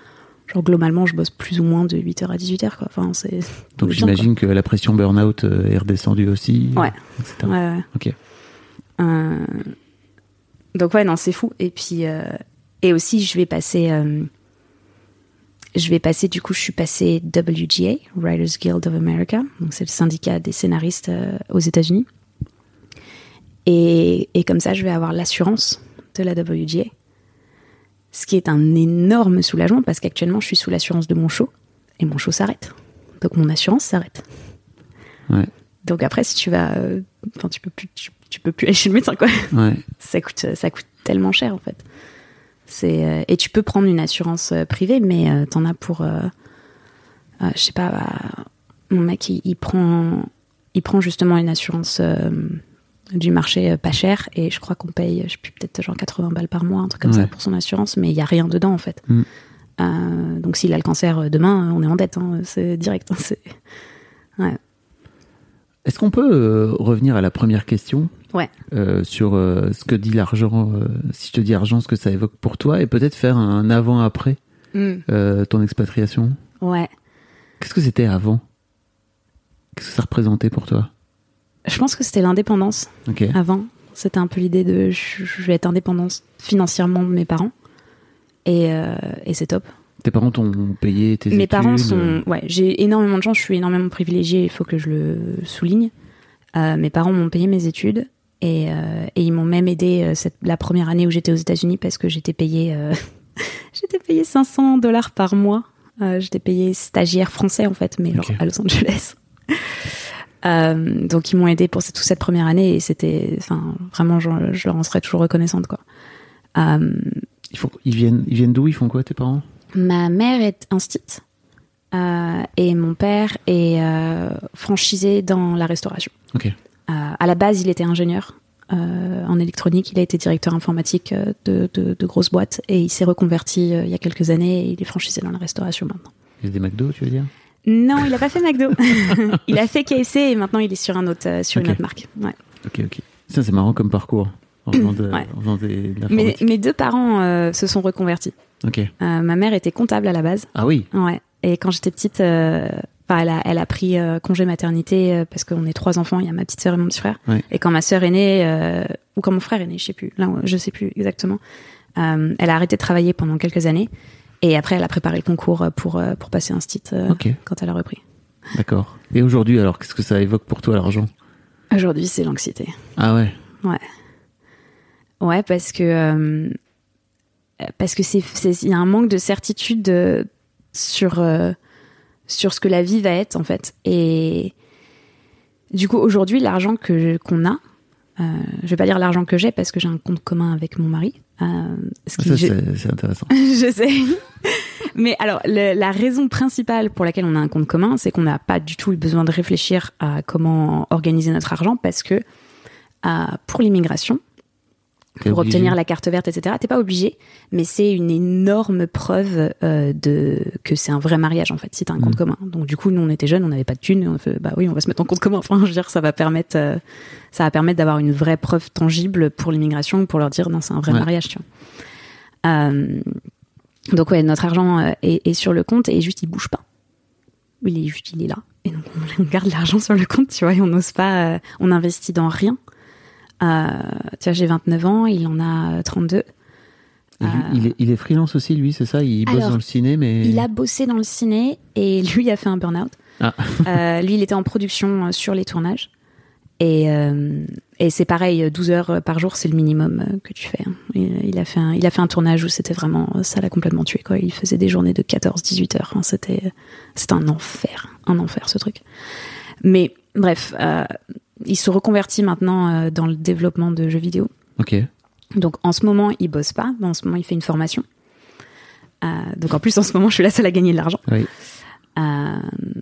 genre globalement, je bosse plus ou moins de huit heures à dix-huit heures, quoi. Enfin, c'est. Donc bien, j'imagine quoi. que la pression burn-out est redescendue aussi. Ouais. et cetera. Ouais, ouais. Ok. Euh... Donc ouais, non, c'est fou. Et puis, euh... et aussi, je vais passer. Euh... Je vais passer, du coup, je suis passée W G A, Writers Guild of America. Donc c'est le syndicat des scénaristes euh, aux États-Unis. Et, et comme ça, je vais avoir l'assurance de la W G A. Ce qui est un énorme soulagement parce qu'actuellement, je suis sous l'assurance de mon show et mon show s'arrête. Donc mon assurance s'arrête. Ouais. Donc après, si tu vas, euh, enfin, tu peux plus, tu, tu peux plus aller chez le médecin, quoi. Ouais. Ça coûte, ça coûte tellement cher en fait. C'est euh, et tu peux prendre une assurance euh, privée, mais euh, t'en as pour, euh, euh, je sais pas, bah, mon mec il, il prend, il prend justement une assurance euh, du marché euh, pas cher et je crois qu'on paye, je sais plus, peut-être genre quatre-vingts balles par mois, un truc comme ouais. ça pour son assurance, mais il y a rien dedans en fait. Mm. Euh, donc s'il a le cancer demain, on est en dette, hein, c'est direct. Hein, c'est... Ouais. Est-ce qu'on peut euh, revenir à la première question? Ouais. Euh, sur euh, ce que dit l'argent, euh, si je te dis argent, ce que ça évoque pour toi, et peut-être faire un avant-après Mm. euh, ton expatriation. Ouais. Qu'est-ce que c'était avant? Qu'est-ce que ça représentait pour toi? Je pense que c'était l'indépendance. Ok. Avant, c'était un peu l'idée de je, je vais être indépendante financièrement de mes parents, et, euh, et c'est top. Tes parents t'ont payé tes Mes études? parents sont, ouais, j'ai énormément de chance, je suis énormément privilégiée, il faut que je le souligne. Euh, mes parents m'ont payé mes études et, euh, et ils m'ont même aidé euh, cette, la première année où j'étais aux États-Unis parce que j'étais payée, euh, j'étais payée cinq cents dollars par mois. Euh, j'étais payée stagiaire français en fait, mais genre okay. à Los Angeles. euh, donc ils m'ont aidé pour cette, toute cette première année et c'était, enfin, vraiment, je, je leur en serai toujours reconnaissante, quoi. Euh, ils, font, ils viennent, ils viennent d'où? Ils font quoi, tes parents? Ma mère est instite euh, et mon père est euh, franchisé dans la restauration. Ok. Euh, à la base, il était ingénieur euh, en électronique. Il a été directeur informatique de, de, de grosses boîtes et il s'est reconverti euh, il y a quelques années et il est franchisé dans la restauration maintenant. Il y a des McDo, tu veux dire? Non, il n'a pas fait McDo. Il a fait K F C et maintenant il est sur, un autre, euh, sur okay. une autre marque. Ouais. Ok, ok. Ça, c'est marrant comme parcours. En faisant de, ouais. en faisant des, de mes, mes deux parents euh, se sont reconvertis. Ok. Euh, ma mère était comptable à la base. Ah oui. Ouais. Et quand j'étais petite, euh, elle a, elle a pris euh, congé maternité euh, parce qu'on est trois enfants. Il y a ma petite sœur et mon petit frère. Ouais. Et quand ma sœur est née, euh, ou quand mon frère est né, je sais plus. Là, je sais plus exactement. Euh, elle a arrêté de travailler pendant quelques années. Et après, elle a préparé le concours pour euh, pour passer un stit euh, okay. quand elle a repris. D'accord. Et aujourd'hui, alors, qu'est-ce que ça évoque pour toi, l'argent? Aujourd'hui, c'est l'anxiété. Ah ouais. Ouais. Ouais, parce que euh, parce que c'est il y a un manque de certitude de, sur euh, sur ce que la vie va être en fait. Et du coup, aujourd'hui, l'argent que qu'on a, euh, je vais pas dire l'argent que j'ai parce que j'ai un compte commun avec mon mari. Euh, ce qui, ça, je... c'est, c'est intéressant. Je sais. Mais alors, le, la raison principale pour laquelle on a un compte commun, c'est qu'on n'a pas du tout eu besoin de réfléchir à comment organiser notre argent parce que euh, pour l'immigration, pour obligé. obtenir la carte verte, et cetera, t'es pas obligé, mais c'est une énorme preuve euh, de que c'est un vrai mariage en fait, si t'as un mmh. compte commun. Donc du coup, nous on était jeunes, on n'avait pas de thunes, et on a fait bah oui, on va se mettre en compte commun. Enfin, je veux dire, ça va permettre, euh, ça va permettre d'avoir une vraie preuve tangible pour l'immigration, pour leur dire non, c'est un vrai ouais. mariage, tu vois. Euh, donc ouais, notre argent est, est sur le compte et juste il bouge pas. Il est juste, il est là. Et donc on garde l'argent sur le compte, tu vois, et on n'ose pas, euh, on investit dans rien. Euh, tu vois, j'ai vingt-neuf ans, il en a trente-deux. Euh, il, est, il est freelance aussi, lui, c'est ça? Il bosse alors, dans le ciné, mais... Il a bossé dans le ciné et lui a fait un burn-out. Ah. euh, lui, il était en production sur les tournages. Et, euh, et c'est pareil, douze heures par jour, c'est le minimum que tu fais. Il, il, a fait un, il a fait un tournage où c'était vraiment... Ça l'a complètement tué, quoi. Il faisait des journées de quatorze à dix-huit heures. Hein. C'était, c'était un enfer. Un enfer, ce truc. Mais bref... Euh, il se reconvertit maintenant euh, dans le développement de jeux vidéo. Ok. Donc en ce moment, il bosse pas. En ce moment, il fait une formation. Euh, donc en plus, en ce moment, je suis la seule à gagner de l'argent. Oui. Euh,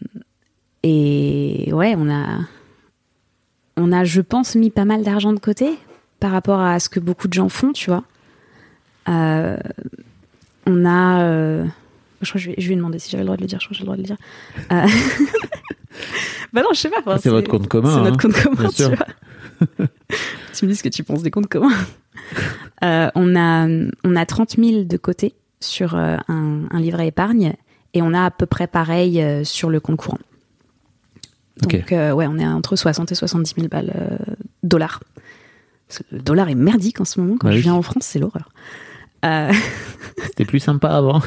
et ouais, on a, on a, je pense, mis pas mal d'argent de côté par rapport à ce que beaucoup de gens font, tu vois. Euh, on a, euh, je crois que je vais, je vais demander si j'avais le droit de le dire. Je crois que j'ai le droit de le dire. Euh, Bah non, je sais pas. Enfin, c'est, c'est votre compte commun. C'est hein, notre compte commun, bien tu sûr. vois. Tu me dis ce que tu penses des comptes communs. euh, on a, on a trente mille de côté sur euh, un, un livret épargne et on a à peu près pareil euh, sur le compte courant. Donc, okay. euh, ouais, on est entre soixante et soixante-dix mille balles euh, dollars. Le dollar est merdique en ce moment. Quand bah je oui. viens en France, c'est l'horreur. Euh... C'était plus sympa avant.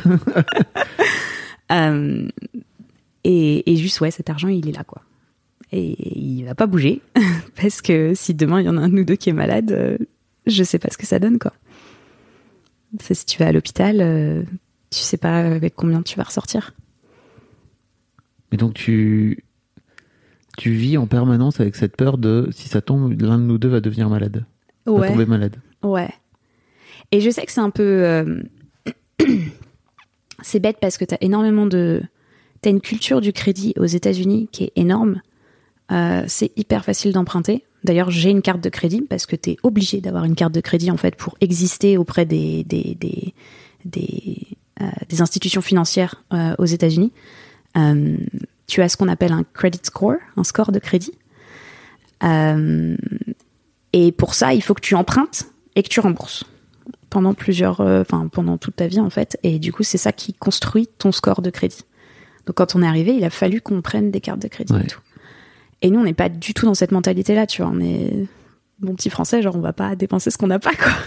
euh, et, et juste, ouais, cet argent, il est là, quoi. Et il va pas bouger. Parce que si demain, il y en a un de nous deux qui est malade, euh, je sais pas ce que ça donne, quoi. C'est, si tu vas à l'hôpital, euh, tu sais pas avec combien tu vas ressortir. Mais donc, tu... tu vis en permanence avec cette peur de, si ça tombe, l'un de nous deux va devenir malade. Ouais. Va tomber malade. Ouais. Et je sais que c'est un peu... Euh... c'est bête parce que t'as énormément de... T'as une culture du crédit aux États-Unis qui est énorme. Euh, c'est hyper facile d'emprunter. D'ailleurs, j'ai une carte de crédit parce que t'es obligé d'avoir une carte de crédit en fait pour exister auprès des, des, des, des, euh, des institutions financières euh, aux États-Unis. Euh, tu as ce qu'on appelle un credit score, un score de crédit. Euh, et pour ça, il faut que tu empruntes et que tu rembourses pendant plusieurs, enfin euh, pendant toute ta vie en fait. Et du coup, c'est ça qui construit ton score de crédit. Donc, quand on est arrivé, il a fallu qu'on prenne des cartes de crédit ouais. et tout. Et nous, on n'est pas du tout dans cette mentalité-là, tu vois. On est bon petit français, genre on va pas dépenser ce qu'on n'a pas, quoi.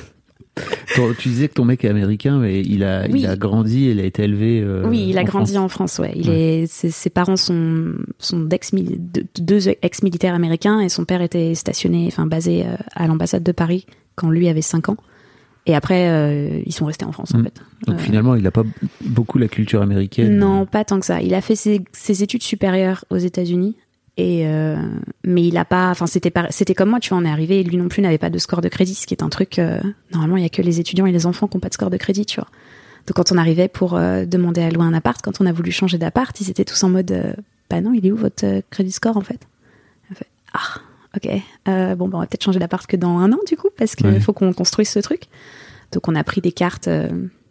Tu disais que ton mec est américain, mais il a, oui. il a grandi, il a été élevé. Euh, oui, il a en grandi France. en France, ouais. Il ouais. est, ses, ses parents sont, sont deux ex-militaires américains et son père était stationné, enfin basé à l'ambassade de Paris quand lui avait cinq ans. Et après, euh, ils sont restés en France, en mmh. fait. Donc euh, finalement, il n'a pas beaucoup la culture américaine. Non, pas tant que ça. Il a fait ses, ses études supérieures aux États-Unis. Et euh, mais il a pas, enfin c'était pas, c'était comme moi, tu vois, on est arrivé et lui non plus n'avait pas de score de crédit, ce qui est un truc euh, normalement il y a que les étudiants et les enfants qui ont pas de score de crédit, tu vois. Donc quand on arrivait pour euh, demander à louer un appart, quand on a voulu changer d'appart, ils étaient tous en mode, euh, bah non, il est où votre euh, crédit score en fait? On fait, ah, ok, euh, bon bah on va peut-être changer d'appart que dans un an du coup parce qu'il ouais. faut qu'on construise ce truc. Donc on a pris des cartes. Euh,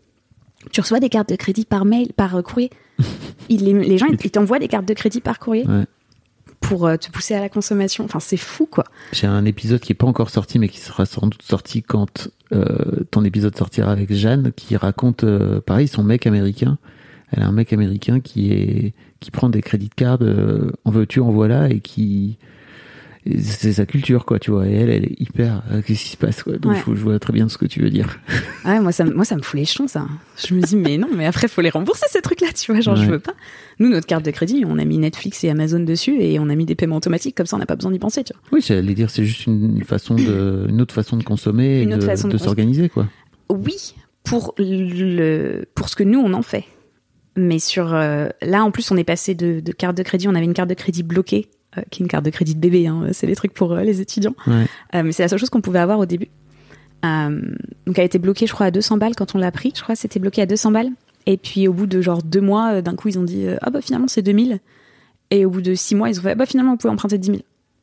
tu reçois des cartes de crédit par mail, par euh, courrier. il, les, les gens ils, ils t'envoient des cartes de crédit par courrier. Ouais. Pour te pousser à la consommation. Enfin, c'est fou, quoi. J'ai un épisode qui n'est pas encore sorti, mais qui sera sans doute sorti quand euh, ton épisode sortira avec Jeanne, qui raconte, euh, pareil, son mec américain. Elle a un mec américain qui est qui prend des crédits de carte, euh, en veux-tu, en voilà, et qui... C'est sa culture, quoi, tu vois. Et elle, elle est hyper... Euh, qu'est-ce qui se passe, quoi. Donc, ouais. je, je vois très bien ce que tu veux dire. Ouais, moi, ça, moi, ça me fout les jetons, ça. Je me dis, mais non, mais après, il faut les rembourser, ces trucs-là, tu vois. Genre, ouais. je veux pas. Nous, notre carte de crédit, on a mis Netflix et Amazon dessus et on a mis des paiements automatiques. Comme ça, on n'a pas besoin d'y penser, tu vois. Oui, j'allais dire, c'est juste une façon de, une autre façon de consommer et de, de, de s'organiser, quoi. Oui, pour le, pour ce que nous, on en fait. Mais sur, euh, là, en plus, on est passé de, de carte de crédit. On avait une carte de crédit bloquée. Euh, qui est une carte de crédit de bébé, hein. C'est les trucs pour euh, les étudiants. Ouais. Euh, mais c'est la seule chose qu'on pouvait avoir au début. Euh, donc elle a été bloquée, je crois, à deux cents balles quand on l'a pris. Je crois que c'était bloqué à deux cents balles. Et puis au bout de genre deux mois, euh, d'un coup, ils ont dit « Ah bah finalement, c'est deux mille ». Et au bout de six mois, ils ont fait ah, « Bah finalement, on pouvait emprunter dix mille ».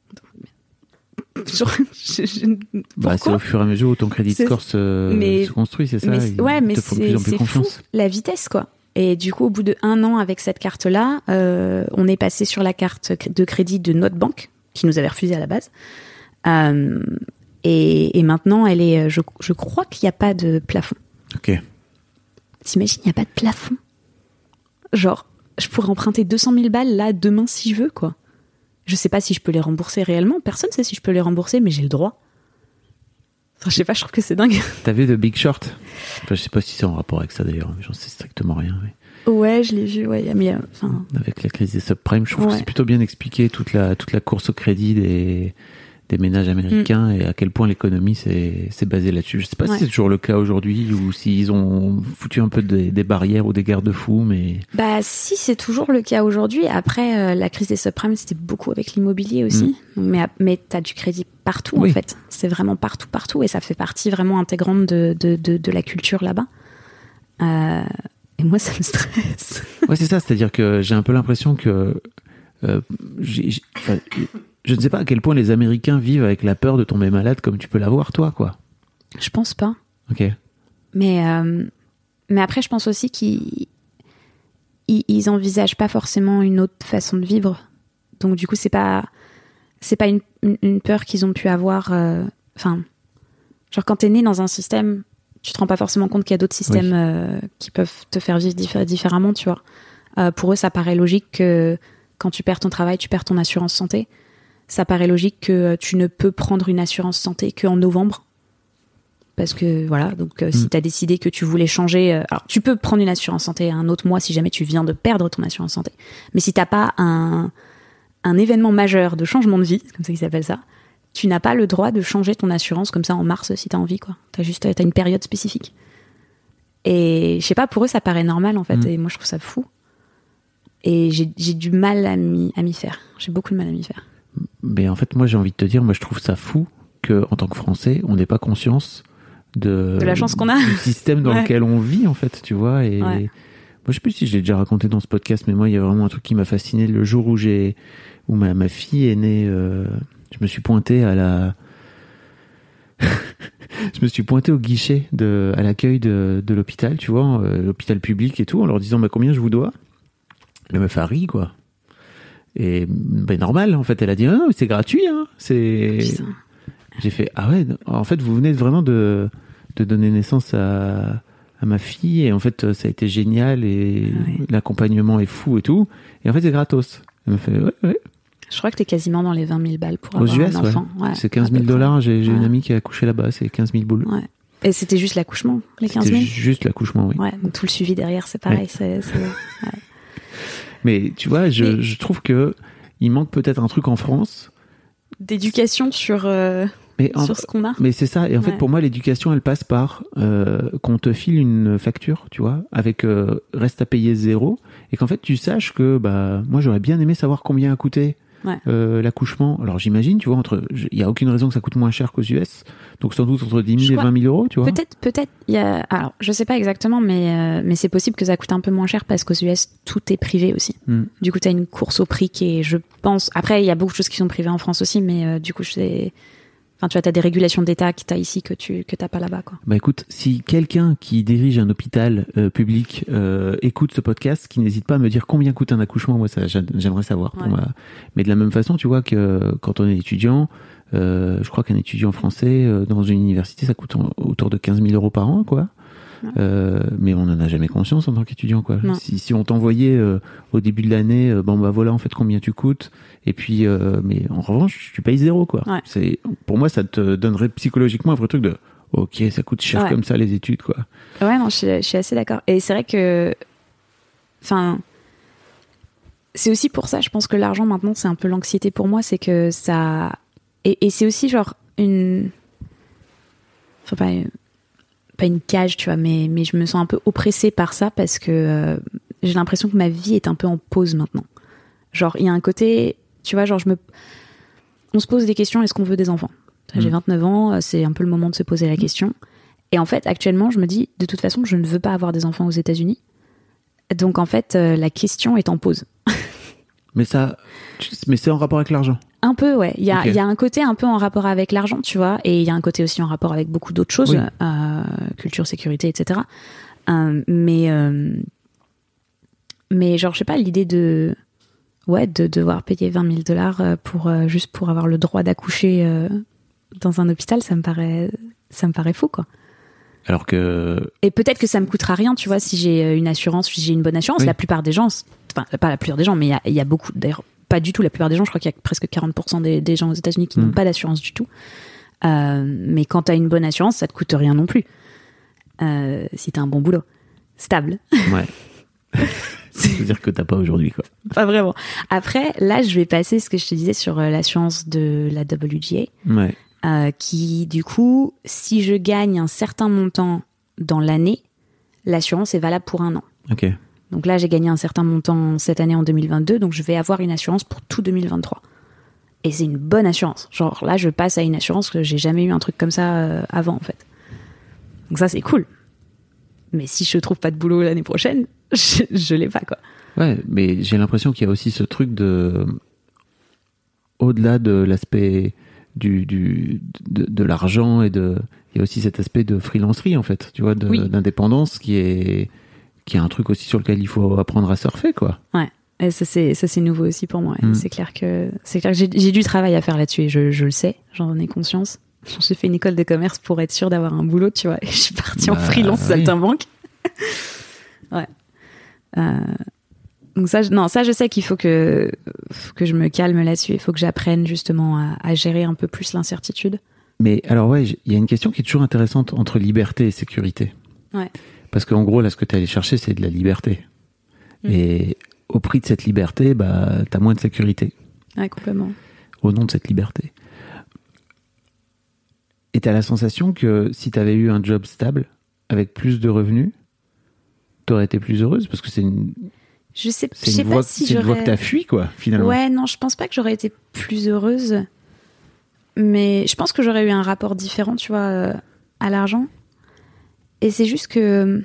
Genre, je, je, bah, c'est au fur et à mesure où ton crédit score se, mais, se construit, c'est ça. Mais, ouais, mais c'est, c'est fou, la vitesse, quoi. Et du coup, au bout de un an avec cette carte-là, euh, on est passé sur la carte de crédit de notre banque, qui nous avait refusé à la base. Euh, et, et maintenant, elle est, je, je crois qu'il n'y a pas de plafond. Ok. T'imagines, il n'y a pas de plafond. Genre, je pourrais emprunter deux cent mille balles là demain si je veux, quoi. Je sais pas si je peux les rembourser réellement. Personne sait si je peux les rembourser, mais j'ai le droit. Enfin, je sais pas, je trouve que c'est dingue. T'as vu The Big Short? Enfin, je sais pas si c'est en rapport avec ça d'ailleurs, mais j'en sais strictement rien. Mais... Ouais, je l'ai vu, ouais. Mais, enfin... Avec la crise des subprimes, je trouve ouais. que c'est plutôt bien expliqué toute la, toute la course au crédit des, des ménages américains mm. et à quel point l'économie s'est, s'est basée là-dessus. Je sais pas ouais. si c'est toujours le cas aujourd'hui ou s'ils ont foutu un peu des, des barrières ou des garde-fous, mais... Bah, si, c'est toujours le cas aujourd'hui. Après, euh, la crise des subprimes, c'était beaucoup avec l'immobilier aussi. Mm. Mais, mais t'as du crédit partout, oui. en fait. C'est vraiment partout, partout. Et ça fait partie vraiment intégrante de, de, de, de la culture là-bas. Euh, et moi, ça me stresse. Ouais, c'est ça. C'est-à-dire que j'ai un peu l'impression que... Euh, j'ai, j'ai, enfin, je ne sais pas à quel point les Américains vivent avec la peur de tomber malade comme tu peux l'avoir, toi, quoi. Je pense pas. Ok. Mais, euh, mais après, je pense aussi qu'ils ils, ils envisagent pas forcément une autre façon de vivre. Donc, du coup, c'est pas... c'est pas une, une, une peur qu'ils ont pu avoir. Enfin, euh, genre quand t'es né dans un système, tu te rends pas forcément compte qu'il y a d'autres systèmes oui. euh, qui peuvent te faire vivre diffé- différemment, tu vois. Euh, pour eux, ça paraît logique que quand tu perds ton travail, tu perds ton assurance santé. Ça paraît logique que tu ne peux prendre une assurance santé qu'en novembre. Parce que, voilà, donc euh, mmh. si tu as décidé que tu voulais changer... Euh, alors, tu peux prendre une assurance santé un autre mois si jamais tu viens de perdre ton assurance santé. Mais si t'as pas un, un événement majeur de changement de vie, c'est comme ça qu'ils s'appellent ça, tu n'as pas le droit de changer ton assurance comme ça en mars si t'as envie, quoi. T'as juste t'as une période spécifique. Et je sais pas, pour eux, ça paraît normal, en fait. Mmh. Et moi, je trouve ça fou. Et j'ai, j'ai du mal à m'y, à m'y faire. J'ai beaucoup de mal à m'y faire. Mais en fait, moi, j'ai envie de te dire, moi, je trouve ça fou qu'en tant que Français, on n'ait pas conscience de, de la chance qu'on a. Du système dans ouais. lequel on vit, en fait, tu vois. Et ouais. moi, je sais plus si je l'ai déjà raconté dans ce podcast, mais moi, il y a vraiment un truc qui m'a fasciné le jour où j'ai, où ma, ma fille est née. Euh, je me suis pointé à la, je me suis pointé au guichet de, à l'accueil de, de l'hôpital, tu vois, euh, l'hôpital public et tout, en leur disant, bah, combien je vous dois? La meuf a ri, quoi. Et ben normal, en fait, elle a dit, ah, c'est gratuit, hein. C'est. Putain. J'ai fait, ah ouais, en fait, vous venez vraiment de, de donner naissance à, à ma fille, et en fait, ça a été génial, et ouais. l'accompagnement est fou et tout, et en fait, c'est gratos. Elle m'a fait, ouais, ouais. Je crois que t'es quasiment dans les vingt mille balles pour Aux avoir U S, un enfant. Ouais. Ouais, c'est quinze mille dollars, j'ai, j'ai ouais. une amie qui a accouché là-bas, c'est quinze mille boules. Ouais. Et c'était juste l'accouchement, les quinze mille? C'était juste l'accouchement, oui. Ouais, donc tout le suivi derrière, c'est pareil. Ouais. C'est, c'est... Ouais. Mais tu vois, je, Mais... je trouve que il manque peut-être un truc en France. D'éducation sur, euh, mais en, sur ce qu'on a. Mais c'est ça. Et en ouais. fait, pour moi, l'éducation, elle passe par euh, qu'on te file une facture, tu vois, avec euh, reste à payer zéro, et qu'en fait, tu saches que, bah, moi, j'aurais bien aimé savoir combien a coûté ouais. euh, l'accouchement. Alors, j'imagine, tu vois, entre, il y a aucune raison que ça coûte moins cher qu'aux U S. Donc, sans doute entre dix mille je et crois, vingt mille euros, tu vois. Peut-être, peut-être, il y a, alors, je sais pas exactement, mais, euh, mais c'est possible que ça coûte un peu moins cher parce qu'aux U S, tout est privé aussi. Mm. Du coup, t'as une course au prix qui est, je pense, après, il y a beaucoup de choses qui sont privées en France aussi, mais euh, du coup, c'est, enfin, tu vois, t'as des régulations d'État que t'as ici que tu, que t'as pas là-bas, quoi. Bah, écoute, si quelqu'un qui dirige un hôpital euh, public euh, écoute ce podcast, qui n'hésite pas à me dire combien coûte un accouchement, moi, ça, j'aimerais savoir. Pour ouais. ma... Mais de la même façon, tu vois que quand on est étudiant, Euh, je crois qu'un étudiant français euh, dans une université, ça coûte en, autour de quinze mille euros par an, quoi. Ouais. Euh, mais on n'en a jamais conscience en tant qu'étudiant, quoi. Si, si on t'envoyait euh, au début de l'année, euh, bon bah voilà en fait combien tu coûtes, et puis euh, mais en revanche tu payes zéro, quoi. Ouais. C'est, pour moi, ça te donnerait psychologiquement un vrai truc de ok, ça coûte cher ouais. comme ça les études, quoi. Ouais, non, je suis, je suis assez d'accord. Et c'est vrai que, enfin, c'est aussi pour ça, je pense que l'argent maintenant c'est un peu l'anxiété pour moi, c'est que ça. Et, et c'est aussi genre une... Enfin, pas, pas une cage, tu vois, mais, mais je me sens un peu oppressée par ça parce que euh, j'ai l'impression que ma vie est un peu en pause maintenant. Genre, il y a un côté... Tu vois, genre, je me... On se pose des questions, est-ce qu'on veut des enfants ? J'ai mmh. vingt-neuf ans, c'est un peu le moment de se poser la question. Et en fait, actuellement, je me dis, de toute façon, je ne veux pas avoir des enfants aux États-Unis. Donc, en fait, euh, la question est en pause. Mais ça... Mais c'est en rapport avec l'argent ? Un peu, ouais. Il y a, okay. il y a un côté un peu en rapport avec l'argent, tu vois, et il y a un côté aussi en rapport avec beaucoup d'autres choses, oui. euh, culture, sécurité, et cetera. Euh, mais, euh, mais genre, je sais pas, l'idée de, ouais, de devoir payer vingt mille dollars pour euh, juste pour avoir le droit d'accoucher euh, dans un hôpital, ça me paraît, ça me paraît fou, quoi. Alors que. Et peut-être que ça me coûtera rien, tu vois, si j'ai une assurance, si j'ai une bonne assurance. Oui. La plupart des gens, enfin, pas la plupart des gens, mais il y a, il y a beaucoup, d'ailleurs. Pas du tout, la plupart des gens, je crois qu'il y a presque quarante pour cent des, des gens aux États-Unis qui mmh. n'ont pas d'assurance du tout. Euh, mais quand t'as une bonne assurance, ça te coûte rien non plus. Euh, si t'as un bon boulot. Stable. Ouais. C'est-à-dire que t'as pas aujourd'hui, quoi. Pas vraiment. Après, là, je vais passer ce que je te disais sur l'assurance de la W G A. Ouais. Euh, qui, du coup, si je gagne un certain montant dans l'année, l'assurance est valable pour un an. Ok. Donc là, j'ai gagné un certain montant cette année en deux mille vingt-deux, donc je vais avoir une assurance pour tout deux mille vingt-trois. Et c'est une bonne assurance. Genre là, je passe à une assurance que j'ai jamais eu un truc comme ça euh, avant, en fait. Donc ça, c'est cool. Mais si je trouve pas de boulot l'année prochaine, je, je l'ai pas, quoi. Ouais, mais j'ai l'impression qu'il y a aussi ce truc de... Au-delà de l'aspect du, du, de, de l'argent et de... Il y a aussi cet aspect de freelancerie, en fait, tu vois, de, oui. d'indépendance qui est... qui est un truc aussi sur lequel il faut apprendre à surfer, quoi. Ouais, et ça c'est, ça, c'est nouveau aussi pour moi. Mmh. C'est clair que, c'est clair que j'ai, j'ai du travail à faire là-dessus, et je, je le sais, j'en ai conscience. j'ai fait une école de commerce pour être sûre d'avoir un boulot, tu vois. Et je suis partie bah, en freelance oui. saltimbanque. ouais. Euh, donc ça, non, ça, je sais qu'il faut que, faut que je me calme là-dessus. Il faut que j'apprenne justement à, à gérer un peu plus l'incertitude. Mais alors ouais, il y a une question qui est toujours intéressante entre liberté et sécurité. Ouais. Parce qu'en gros, là, ce que tu es allé chercher, c'est de la liberté. Mmh. Et au prix de cette liberté, bah, tu as moins de sécurité. Ouais, complètement. Au nom de cette liberté. Et tu as la sensation que si tu avais eu un job stable, avec plus de revenus, tu aurais été plus heureuse? Parce que c'est une... Je sais, c'est je sais une voie, pas si c'est j'aurais... une voie que tu as fui, quoi, finalement. Ouais, non, je pense pas que j'aurais été plus heureuse. Mais je pense que j'aurais eu un rapport différent, tu vois, euh, à l'argent. Et c'est juste que...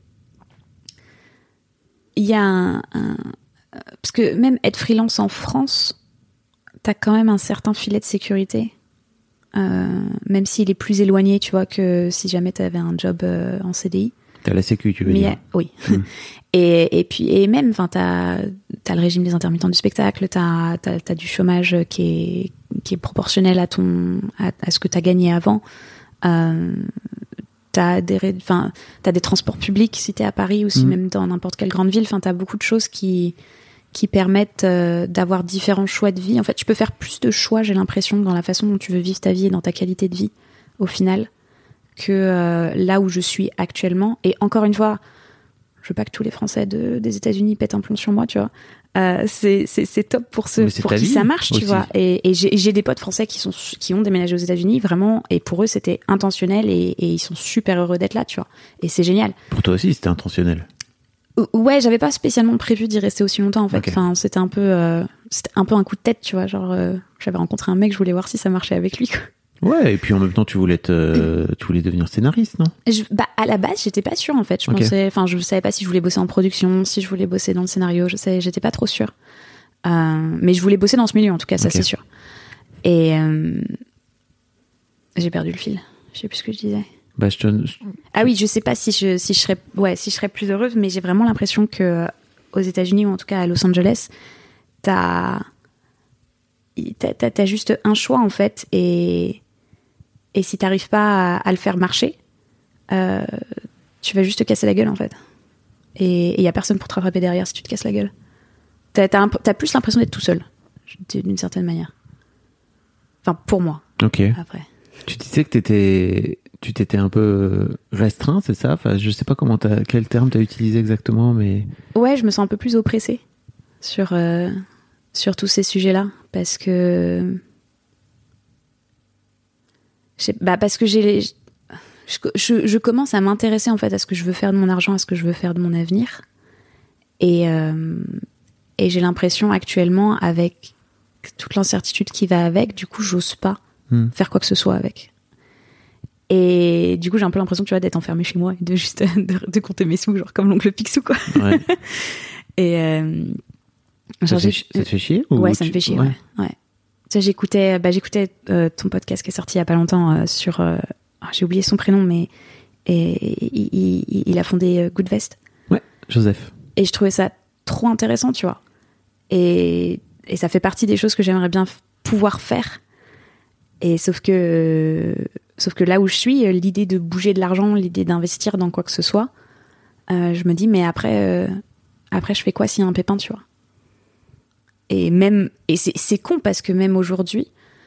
Il y a un, un... Parce que même être freelance en France, t'as quand même un certain filet de sécurité. Euh, même s'il est plus éloigné, tu vois, que si jamais t'avais un job euh, en C D I. T'as la sécu, tu veux Mais, dire. Oui. Mmh. et, et puis, et même, enfin, t'as, t'as le régime des intermittents du spectacle, t'as, t'as, t'as du chômage qui est, qui est proportionnel à ton, à, à ce que t'as gagné avant. Euh, t'as des, enfin, t'as des transports publics si t'es à Paris ou si mmh. même dans n'importe quelle grande ville. Enfin, t'as beaucoup de choses qui, qui permettent euh, d'avoir différents choix de vie. En fait, tu peux faire plus de choix, j'ai l'impression, dans la façon dont tu veux vivre ta vie et dans ta qualité de vie, au final, que euh, là où je suis actuellement. Et encore une fois, je veux pas que tous les Français de, des États-Unis pètent un plomb sur moi, tu vois. Euh, c'est, c'est, c'est top pour ceux pour qui ça marche, aussi. Tu vois. Et, et j'ai, j'ai des potes français qui, sont, qui ont déménagé aux États-Unis, vraiment, et pour eux, c'était intentionnel et, et ils sont super heureux d'être là, tu vois. Et c'est génial. Pour toi aussi, c'était intentionnel? Ouais, j'avais pas spécialement prévu d'y rester aussi longtemps, en fait. Okay. Enfin, c'était un peu, euh, c'était un peu un coup de tête, tu vois. Genre, euh, j'avais rencontré un mec, je voulais voir si ça marchait avec lui, quoi. Ouais, et puis en même temps, tu voulais te, euh, tu voulais devenir scénariste, non? je, Bah, à la base, j'étais pas sûre, en fait. Je okay. pensais, enfin, je savais pas si je voulais bosser en production, si je voulais bosser dans le scénario. Je sais, j'étais pas trop sûre. Euh, mais je voulais bosser dans ce milieu, en tout cas, ça okay. c'est sûr. Et euh, j'ai perdu le fil. Je sais plus ce que je disais. Bah, je te... Ah oui, je sais pas si je, si je serais, ouais, si je serais plus heureuse, mais j'ai vraiment l'impression que aux États-Unis ou en tout cas à Los Angeles, t'as, t'as, t'as, t'as juste un choix en fait, et et si t'arrives pas à, à le faire marcher, euh, tu vas juste te casser la gueule en fait. Et il y a personne pour te rattraper derrière si tu te casses la gueule. T'as, t'as, un, t'as plus l'impression d'être tout seul, d'une certaine manière. Enfin, pour moi. Ok. Après. Tu disais que t'étais, tu t'étais un peu restreint, c'est ça? Enfin, je sais pas comment t'as, quel terme t'as utilisé exactement, mais... Ouais, je me sens un peu plus oppressée sur, euh, sur tous ces sujets-là, parce que... Je, bah parce que j'ai... Je, je, je commence à m'intéresser en fait à ce que je veux faire de mon argent, à ce que je veux faire de mon avenir. Et, euh, et j'ai l'impression actuellement, avec toute l'incertitude qui va avec, du coup, j'ose pas hmm. faire quoi que ce soit avec. Et du coup, j'ai un peu l'impression, tu vois, d'être enfermée chez moi et de juste de, de compter mes sous, genre comme l'oncle Picsou, quoi. Ouais. Et euh, ça, fait, ça te fait chier ou ouais, tu... ça me fait chier. Ouais. Ouais. ouais. Tu sais, j'écoutais, bah, j'écoutais euh, ton podcast qui est sorti il y a pas longtemps euh, sur, euh, oh, j'ai oublié son prénom, mais et, il, il, il a fondé euh, Goodvest. Ouais, Joseph. Et je trouvais ça trop intéressant, tu vois. Et, et ça fait partie des choses que j'aimerais bien f- pouvoir faire. Et sauf que, sauf que là où je suis, l'idée de bouger de l'argent, l'idée d'investir dans quoi que ce soit, euh, je me dis, mais après, euh, après, je fais quoi s'il y a un pépin, tu vois? Et même, et c'est, c'est con parce que même aujourd'hui,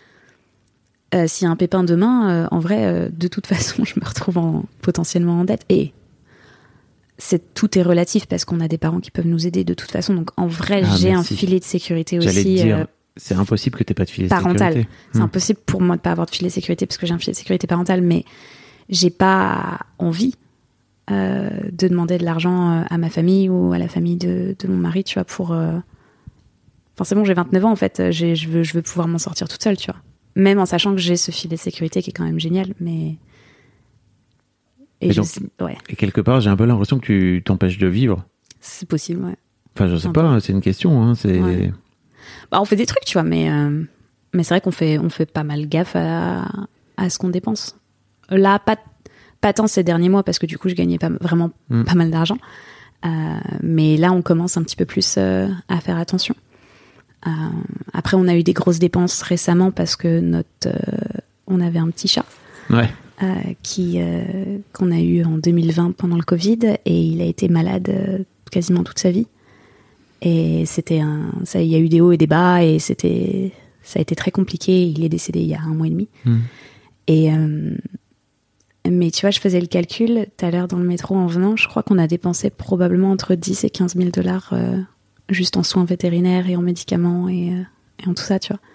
euh, s'il y a un pépin demain, euh, en vrai, euh, de toute façon, je me retrouve en, potentiellement en dette. Et c'est, tout est relatif parce qu'on a des parents qui peuvent nous aider de toute façon. Donc en vrai, ah, j'ai merci. un filet de sécurité J'allais aussi. Te dire, euh, c'est impossible que tu aies pas de filet de parental. sécurité. C'est hum. impossible pour moi de pas avoir de filet de sécurité parce que j'ai un filet de sécurité parental, mais j'ai pas envie euh, de demander de l'argent à ma famille ou à la famille de, de mon mari, tu vois, pour... Euh... Enfin, c'est bon, j'ai vingt-neuf ans, en fait. J'ai, je, veux, je veux pouvoir m'en sortir toute seule, tu vois. Même en sachant que j'ai ce filet de sécurité qui est quand même génial, mais... Et, et, donc, sais, ouais. et quelque part, j'ai un peu l'impression que tu t'empêches de vivre. C'est possible, ouais. Enfin, je sais un pas, peu. C'est une question, hein, c'est... Ouais. Bah, on fait des trucs, tu vois, mais, euh, mais c'est vrai qu'on fait, on fait pas mal gaffe à, à ce qu'on dépense. Là, pas, pas tant ces derniers mois, parce que du coup, je gagnais pas, vraiment mm. pas mal d'argent. Euh, mais là, on commence un petit peu plus euh, à faire attention. Euh, après, on a eu des grosses dépenses récemment parce que notre, euh, on avait un petit chat. Ouais. Euh, qui, euh, qu'on a eu en deux mille vingt pendant le Covid, et il a été malade euh, quasiment toute sa vie. Et c'était un, ça, il y a eu des hauts et des bas, et c'était, ça a été très compliqué. Il est décédé il y a un mois et demi. Mmh. Et, euh, mais tu vois, je faisais le calcul tout à l'heure dans le métro en venant. Je crois qu'on a dépensé probablement entre dix et quinze mille dollars euh, juste en soins vétérinaires et en médicaments et, euh, et en tout ça, tu vois.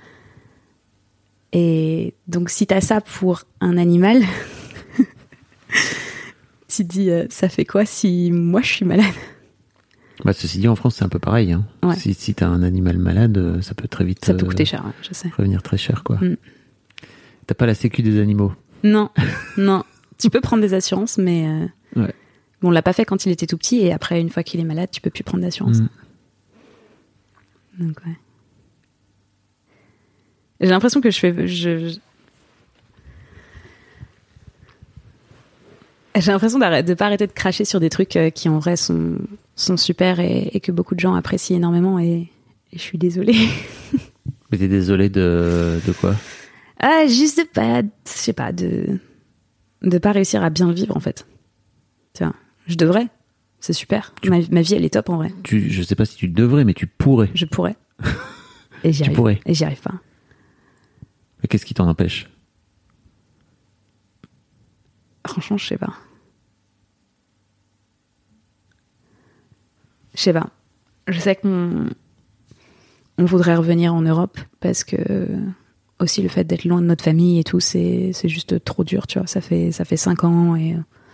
Et donc, si t'as ça pour un animal, tu te dis, euh, ça fait quoi si moi je suis malade? Bah, ceci dit, en France, c'est un peu pareil. Hein. Ouais. Si, si t'as un animal malade, ça peut très vite. Ça peut coûter cher, ouais, je sais. Revenir très cher, quoi. Mm. T'as pas la sécu des animaux? Non, non. Tu peux prendre des assurances, mais euh, ouais. Bon, on l'a pas fait quand il était tout petit, et après, une fois qu'il est malade, tu peux plus prendre d'assurance. Mm. Donc, ouais. J'ai l'impression que je fais... Je, je... J'ai l'impression de ne pas arrêter de cracher sur des trucs qui, en vrai, sont, sont super et, et que beaucoup de gens apprécient énormément, et, et je suis désolée. Mais t'es désolée de, de quoi? Ah, juste de pas... Je sais pas, de... de pas réussir à bien le vivre, en fait. Tu vois, je devrais. C'est super. Tu... Ma, ma vie, elle est top, en vrai. Tu, je sais pas si tu devrais, mais tu pourrais. Je pourrais. Et j'y tu arrive. pourrais. Et j'y arrive pas. Mais qu'est-ce qui t'en empêche? Franchement, je sais pas. Je sais pas. Je sais qu'on on voudrait revenir en Europe parce que aussi le fait d'être loin de notre famille et tout, c'est c'est juste trop dur, tu vois. Ça fait ça fait cinq ans et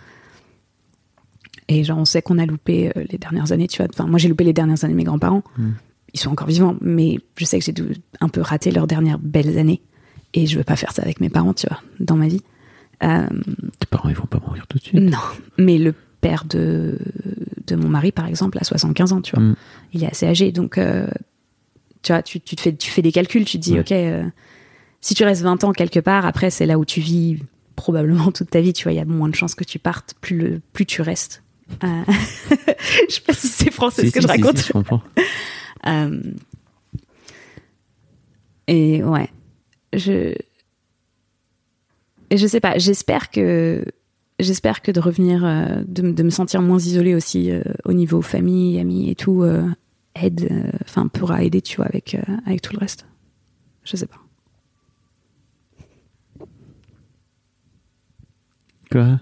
et genre on sait qu'on a loupé les dernières années, tu vois. Enfin, moi j'ai loupé les dernières années de mes grands-parents. Mmh. Ils sont encore vivants, mais je sais que j'ai un peu raté leurs dernières belles années. Et je veux pas faire ça avec mes parents, tu vois, dans ma vie. Euh, Tes parents, ils vont pas mourir tout de suite. Non, mais le père de, de mon mari, par exemple, a soixante-quinze ans, tu vois. Mm. Il est assez âgé, donc, euh, tu vois, tu, tu, te fais, tu fais des calculs, tu te dis, ouais. ok, euh, si tu restes vingt ans quelque part, après, c'est là où tu vis probablement toute ta vie, tu vois, il y a moins de chances que tu partes, plus, le, plus tu restes. Euh... je sais pas si c'est français si, ce que si, je raconte. Si, si, je comprends. euh... Et ouais. Je et je sais pas, j'espère que j'espère que de revenir euh, de, de me sentir moins isolée aussi euh, au niveau famille, amis et tout euh, aide enfin euh, pourra aider, tu vois, avec euh, avec tout le reste. Je sais pas. Quoi?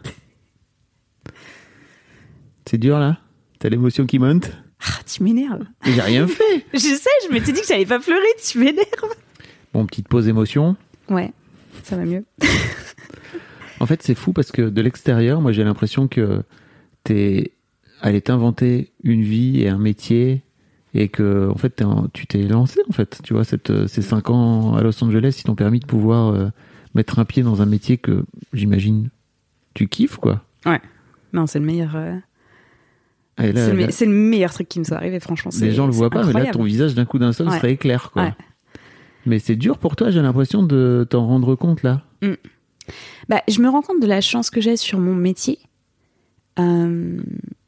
C'est dur là? T'as l'émotion qui monte? Ah, tu m'énerves. Mais j'ai rien fait. Je sais, je m'étais dit que j'allais pas pleurer, tu m'énerves. Bon, petite pause émotion. Ouais, ça va mieux. En fait, c'est fou parce que de l'extérieur, moi, j'ai l'impression que t'es allé t'inventer une vie et un métier et que, en fait, en... tu t'es lancé, en fait. Tu vois, cette, ces cinq ans à Los Angeles, ils t'ont permis de pouvoir euh, mettre un pied dans un métier que, j'imagine, tu kiffes, quoi. Ouais. Non, c'est le meilleur... Euh... Là, c'est, le me... là... c'est le meilleur truc qui me soit arrivé, franchement. C'est, les gens le voient pas, incroyable. Mais là, ton visage, d'un coup d'un seul, ouais. serait éclair, quoi. Ouais. Mais c'est dur pour toi, j'ai l'impression de t'en rendre compte, là. Mm. Bah, je me rends compte de la chance que j'ai sur mon métier. Euh...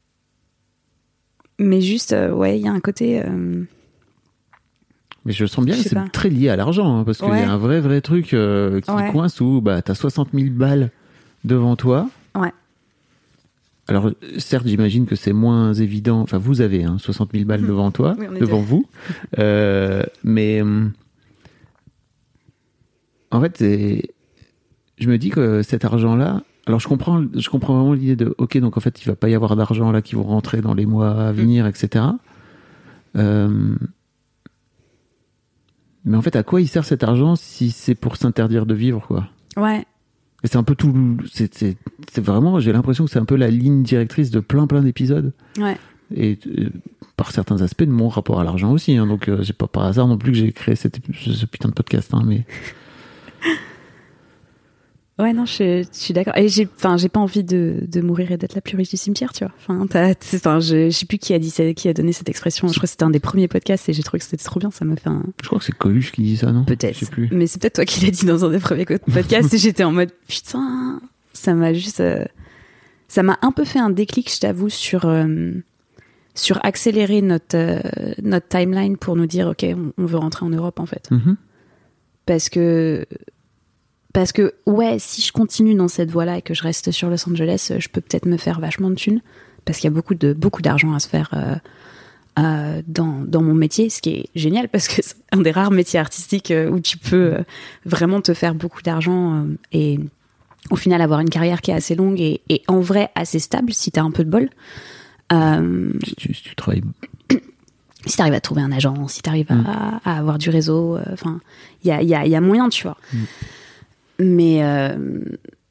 Mais juste, euh, ouais, il y a un côté... Euh... Mais je sens bien je que c'est pas. très lié à l'argent, hein, parce qu'il ouais. y a un vrai, vrai truc euh, qui ouais. coince où bah, t'as soixante mille balles devant toi. Ouais. Alors, certes, j'imagine que c'est moins évident. Enfin, vous avez hein, soixante mille balles mmh. devant toi, oui, devant vous. Euh, mais... En fait, c'est... je me dis que cet argent-là... Alors, je comprends, je comprends vraiment l'idée de... Ok, donc en fait, il va pas y avoir d'argent là qui vont rentrer dans les mois à venir, mmh. et cetera. Euh... Mais en fait, à quoi il sert cet argent si c'est pour s'interdire de vivre, quoi? Ouais. Et c'est un peu tout... C'est, c'est, c'est vraiment... J'ai l'impression que c'est un peu la ligne directrice de plein, plein d'épisodes. Ouais. Et euh, par certains aspects de mon rapport à l'argent aussi. Hein, donc, euh, c'est pas par hasard non plus que j'ai créé cette, ce putain de podcast. Hein, mais... Ouais, non, je, je suis d'accord. Et j'ai, enfin, j'ai pas envie de, de mourir et d'être la plus riche du cimetière, tu vois. Enfin, t'as, enfin, je, je sais plus qui a dit, qui a donné cette expression. Je crois que c'était un des premiers podcasts et j'ai trouvé que c'était trop bien. Ça m'a fait un. Je crois que c'est Coluche qui dit ça, non? Peut-être. Je sais plus. Mais c'est peut-être toi qui l'as dit dans un des premiers podcasts et j'étais en mode putain, ça m'a juste, euh, ça m'a un peu fait un déclic, je t'avoue, sur, euh, sur accélérer notre, euh, notre timeline pour nous dire, ok, on, on veut rentrer en Europe, en fait. Mm-hmm. Parce que, Parce que, ouais, si je continue dans cette voie-là et que je reste sur Los Angeles, je peux peut-être me faire vachement de thunes. Parce qu'il y a beaucoup, de, beaucoup d'argent à se faire euh, euh, dans, dans mon métier, ce qui est génial parce que c'est un des rares métiers artistiques euh, où tu peux euh, vraiment te faire beaucoup d'argent euh, et au final avoir une carrière qui est assez longue et, et en vrai assez stable si t'as un peu de bol. Euh, si, tu, si tu travailles... Si t'arrives à trouver un agent, si t'arrives mmh. à, à avoir du réseau, enfin, euh, il y a, y, a, y a moyen, tu vois. Mmh. Mais euh,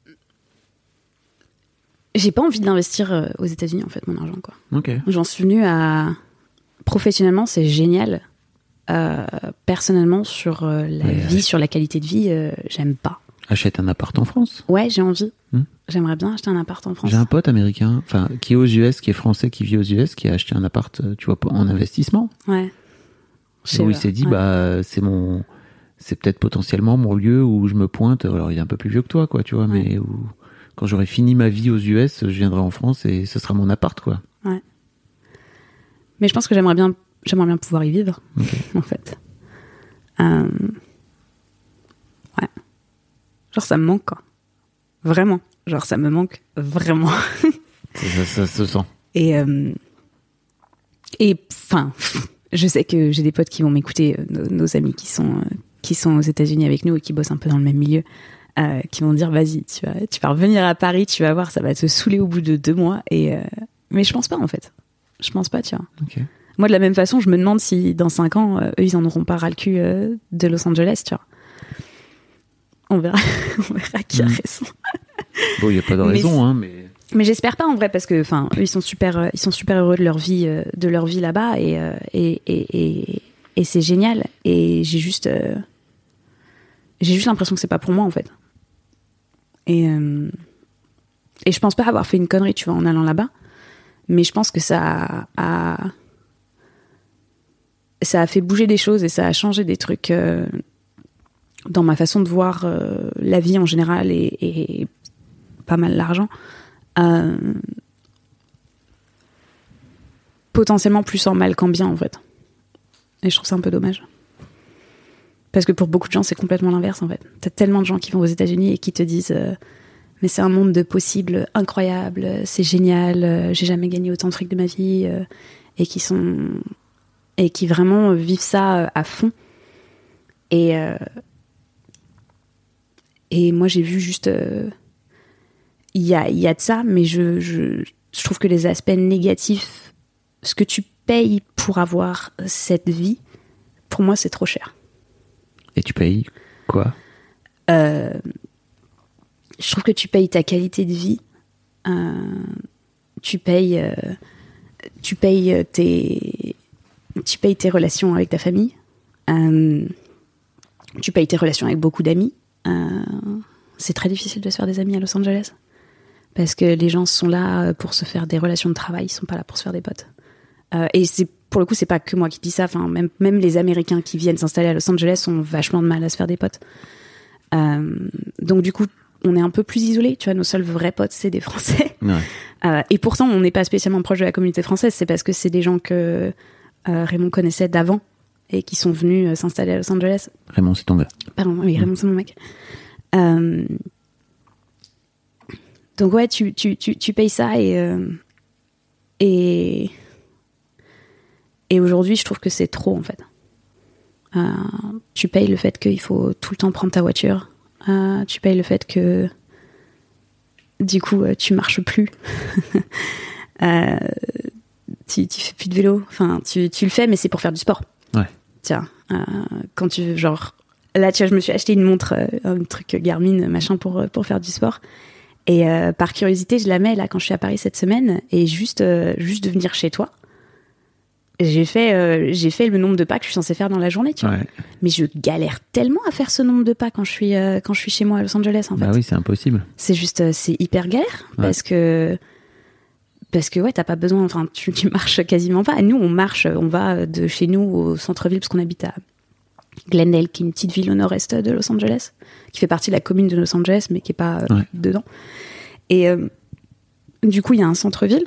j'ai pas envie de l'investir aux États-Unis, en fait, mon argent, quoi. Okay. J'en suis venue à... Professionnellement, c'est génial. Euh, personnellement, sur euh, la ouais, vie, ouais. sur la qualité de vie, euh, j'aime pas. Achète un appart en France. Ouais, j'ai envie. Hmm. J'aimerais bien acheter un appart en France. J'ai un pote américain, enfin, qui est aux U S, qui est français, qui vit aux U S, qui a acheté un appart, tu vois, en investissement. Ouais. Où il s'est dit, ouais. bah, c'est mon, c'est peut-être potentiellement mon lieu où je me pointe. Alors, il est un peu plus vieux que toi, quoi, tu vois, ouais. mais où, quand j'aurai fini ma vie aux U S, je viendrai en France et ce sera mon appart, quoi. Ouais. Mais je pense que j'aimerais bien, j'aimerais bien pouvoir y vivre, okay. en fait. Euh... Ouais. Genre, ça me manque, quoi. Vraiment. Genre, ça me manque vraiment. ça, ça, ça se sent. Et, euh... et, enfin, je sais que j'ai des potes qui vont m'écouter, nos, nos amis qui sont, euh, qui sont aux États-Unis avec nous et qui bossent un peu dans le même milieu, euh, qui vont dire, vas-y, tu vas, tu vas revenir à Paris, tu vas voir, ça va te saouler au bout de deux mois. Et, euh... Mais je pense pas, en fait. Je pense pas, tu vois. Okay. Moi, de la même façon, je me demande si dans cinq ans, euh, eux, ils en auront pas ras le cul euh, de Los Angeles, tu vois. On verra, on verra qui a mmh. raison. Bon, il n'y a pas de raison, mais, hein, mais. Mais j'espère pas en vrai parce que, enfin, eux, ils sont super, euh, ils sont super heureux de leur vie, euh, de leur vie là-bas et euh, et, et et et c'est génial. Et j'ai juste, euh, j'ai juste l'impression que c'est pas pour moi en fait. Et euh, et je pense pas avoir fait une connerie, tu vois, en allant là-bas. Mais je pense que ça a, ça a fait bouger des choses et ça a changé des trucs euh, dans ma façon de voir euh, la vie en général et, et pas mal l'argent. Euh, potentiellement plus en mal qu'en bien, en fait. Et je trouve ça un peu dommage. Parce que pour beaucoup de gens, c'est complètement l'inverse, en fait. T'as tellement de gens qui vont aux États-Unis et qui te disent... Euh, mais c'est un monde de possibles incroyable, c'est génial, euh, j'ai jamais gagné autant de trucs de ma vie, euh, et qui sont et qui vraiment vivent ça euh, à fond. Et euh, et moi j'ai vu juste il euh, y a il y a de ça, mais je je je trouve que les aspects négatifs, ce que tu payes pour avoir cette vie, pour moi c'est trop cher. Et tu payes quoi? Euh, Je trouve que tu payes ta qualité de vie, euh, tu payes, euh, tu payes tes, tu payes tes relations avec ta famille, euh, tu payes tes relations avec beaucoup d'amis. Euh, c'est très difficile de se faire des amis à Los Angeles parce que les gens sont là pour se faire des relations de travail, ils sont pas là pour se faire des potes. Euh, et c'est pour le coup, c'est pas que moi qui dis ça. Enfin, même même les Américains qui viennent s'installer à Los Angeles ont vachement de mal à se faire des potes. Euh, donc du coup, on est un peu plus isolés, tu vois, nos seuls vrais potes, c'est des Français. Ouais. Euh, et pourtant, on n'est pas spécialement proche de la communauté française, c'est parce que c'est des gens que euh, Raymond connaissait d'avant et qui sont venus euh, s'installer à Los Angeles. Raymond, c'est ton gars. Pardon, oui, Raymond, c'est mon mec. Euh... Donc ouais, tu, tu, tu, tu payes ça et, euh... et... Et aujourd'hui, je trouve que c'est trop, en fait. Euh, tu payes le fait qu'il faut tout le temps prendre ta voiture. Euh, tu payes le fait que du coup euh, tu marches plus. euh, tu, tu fais plus de vélo. Enfin, tu, tu le fais, mais c'est pour faire du sport. Ouais. Tiens, euh, quand tu genre là, tu vois, je me suis acheté une montre, euh, un truc Garmin, machin pour pour faire du sport. Et euh, par curiosité, je la mets là quand je suis à Paris cette semaine et juste euh, juste de venir chez toi. J'ai fait, euh, j'ai fait le nombre de pas que je suis censée faire dans la journée, tu vois. Ouais. Mais je galère tellement à faire ce nombre de pas quand je suis, euh, quand je suis chez moi à Los Angeles, en fait. Bah oui, c'est impossible. C'est juste, euh, c'est hyper galère. Ouais. Parce que, parce que ouais, t'as pas besoin, enfin, tu, tu marches quasiment pas. Nous, on marche, on va de chez nous au centre-ville parce qu'on habite à Glendale, qui est une petite ville au nord-est de Los Angeles, qui fait partie de la commune de Los Angeles, mais qui est pas euh, ouais. dedans. Et euh, du coup, il y a un centre-ville.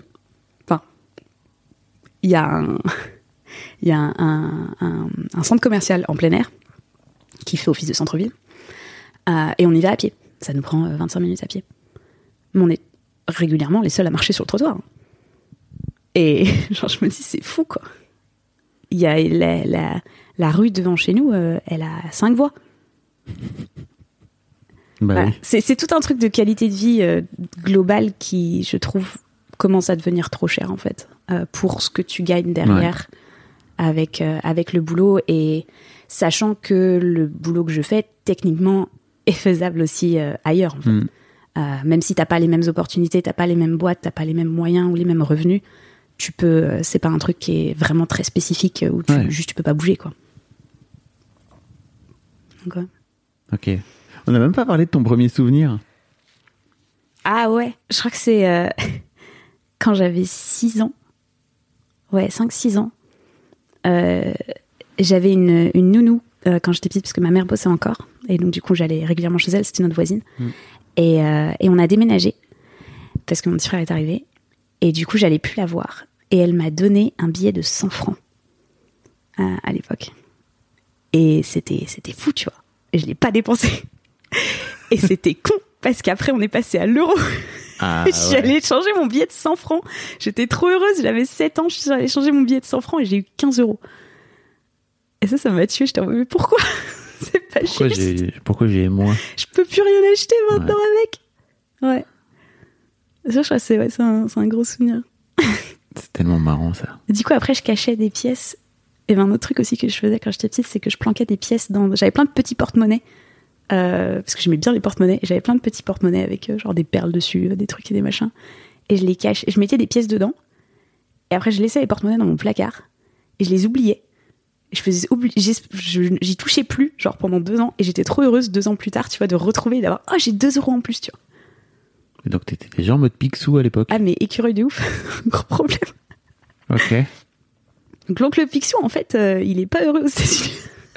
Il y a un, il y a un, un, un, un centre commercial en plein air qui fait office de centre-ville. Euh, et on y va à pied. Ça nous prend euh, vingt-cinq minutes à pied. Mais on est régulièrement les seuls à marcher sur le trottoir. Et genre, je me dis, c'est fou, quoi. Il y a la, la, la rue devant chez nous, euh, elle a cinq voies. Bah voilà. oui. c'est, c'est tout un truc de qualité de vie euh, globale qui, je trouve, commence à devenir trop cher, en fait, euh, pour ce que tu gagnes derrière ouais. avec, euh, avec le boulot. Et sachant que le boulot que je fais, techniquement, est faisable aussi euh, ailleurs, en fait. Mm. Euh, même si t'as pas les mêmes opportunités, t'as pas les mêmes boîtes, t'as pas les mêmes moyens ou les mêmes revenus, tu peux, euh, c'est pas un truc qui est vraiment très spécifique où tu, ouais. juste tu peux pas bouger, quoi. Donc, ouais. Ok. On n'a même pas parlé de ton premier souvenir. Ah ouais, je crois que c'est euh, quand j'avais six ans. Ouais, cinq six ans. Euh, j'avais une, une nounou euh, quand j'étais petite, parce que ma mère bossait encore. Et donc, du coup, j'allais régulièrement chez elle, c'était notre voisine. Mm. Et, euh, et on a déménagé, parce que mon petit frère est arrivé. Et du coup, j'allais plus la voir. Et elle m'a donné un billet de cent francs euh, à l'époque. Et c'était, c'était fou, tu vois. Et je l'ai pas dépensé. Et c'était con, parce qu'après, on est passé à l'euro. Ah, je suis ouais. allée changer mon billet de cent francs. J'étais trop heureuse, j'avais sept ans, je suis allée changer mon billet de cent francs et j'ai eu quinze euros. Et ça, ça m'a tuée. J'étais en mode, mais pourquoi? C'est pas pourquoi juste. J'ai, pourquoi j'ai moins? Je peux plus rien acheter maintenant ouais. avec. Ouais. Ça, je crois que c'est, ouais, c'est, un, c'est un gros souvenir. C'est tellement marrant, ça. Du coup, après, je cachais des pièces. Et ben, un autre truc aussi que je faisais quand j'étais petite, c'est que je planquais des pièces dans... J'avais plein de petits porte-monnaies. Euh, parce que j'aimais bien les porte-monnaies. Et j'avais plein de petits porte-monnaies avec euh, genre des perles dessus, euh, des trucs et des machins. Et je les cache. Et je mettais des pièces dedans. Et après, je laissais les porte-monnaies dans mon placard. Et je les oubliais. Et je faisais oubli... j'y, j'y touchais plus, genre pendant deux ans. Et j'étais trop heureuse, deux ans plus tard, tu vois, de retrouver et d'avoir... Oh, j'ai deux euros en plus, tu vois. Et donc, t'étais déjà en mode Picsou à l'époque? Ah, mais écureuil de ouf. Gros problème. Ok. Donc, l'oncle Picsou, en fait, euh, il est pas heureux aux États-Unis.